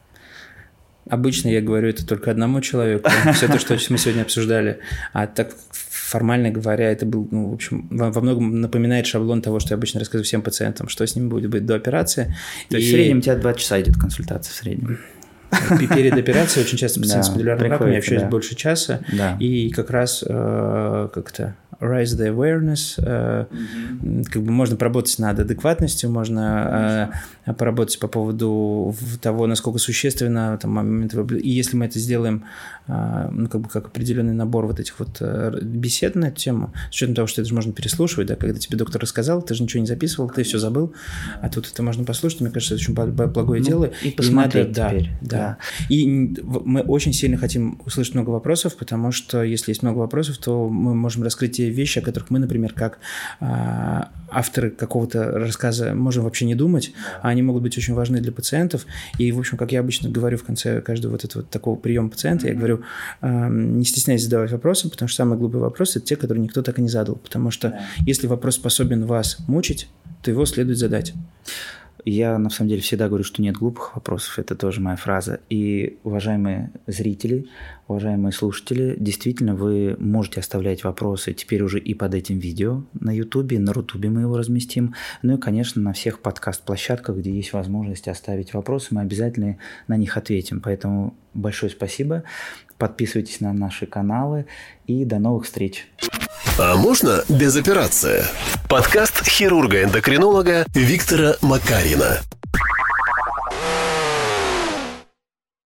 Обычно я говорю это только одному человеку, все то, что мы сегодня обсуждали. А так, формально говоря, это был, в общем, во многом напоминает шаблон того, что я обычно рассказываю всем пациентам, что с ними будет быть до операции. То есть в среднем у тебя 2 часа идет консультация в среднем. Перед операцией очень часто пациенты с медулярным раком я общаюсь больше часа, и как раз как-то raise the awareness, как бы можно поработать над адекватностью, можно поработать по поводу того, насколько существенно там, момент, и если мы это сделаем, как бы как определенный набор вот этих вот бесед на эту тему, с учетом того, что это же можно переслушивать, да, когда тебе доктор рассказал, ты же ничего не записывал, ты все забыл, а тут это можно послушать, мне кажется, это очень благое дело. И посмотреть надо, теперь. Да. И мы очень сильно хотим услышать много вопросов, потому что если есть много вопросов, то мы можем раскрыть те вещи, о которых мы, например, как авторы какого-то рассказа можем вообще не думать, а они могут быть очень важны для пациентов. И, в общем, как я обычно говорю в конце каждого вот этого такого приема пациента, я говорю, не стесняйтесь задавать вопросы, потому что самые глупые вопросы – это те, которые никто так и не задал. Потому что если вопрос способен вас мучить, то его следует задать. Я, на самом деле, всегда говорю, что нет глупых вопросов. Это тоже моя фраза. И, уважаемые зрители, уважаемые слушатели, действительно, вы можете оставлять вопросы теперь уже и под этим видео на Ютубе, на Рутубе мы его разместим. Ну и, конечно, на всех подкаст-площадках, где есть возможность оставить вопросы, мы обязательно на них ответим. Поэтому большое спасибо. Подписывайтесь на наши каналы и до новых встреч. А можно без операции? Подкаст хирурга-эндокринолога Виктора Макарьина.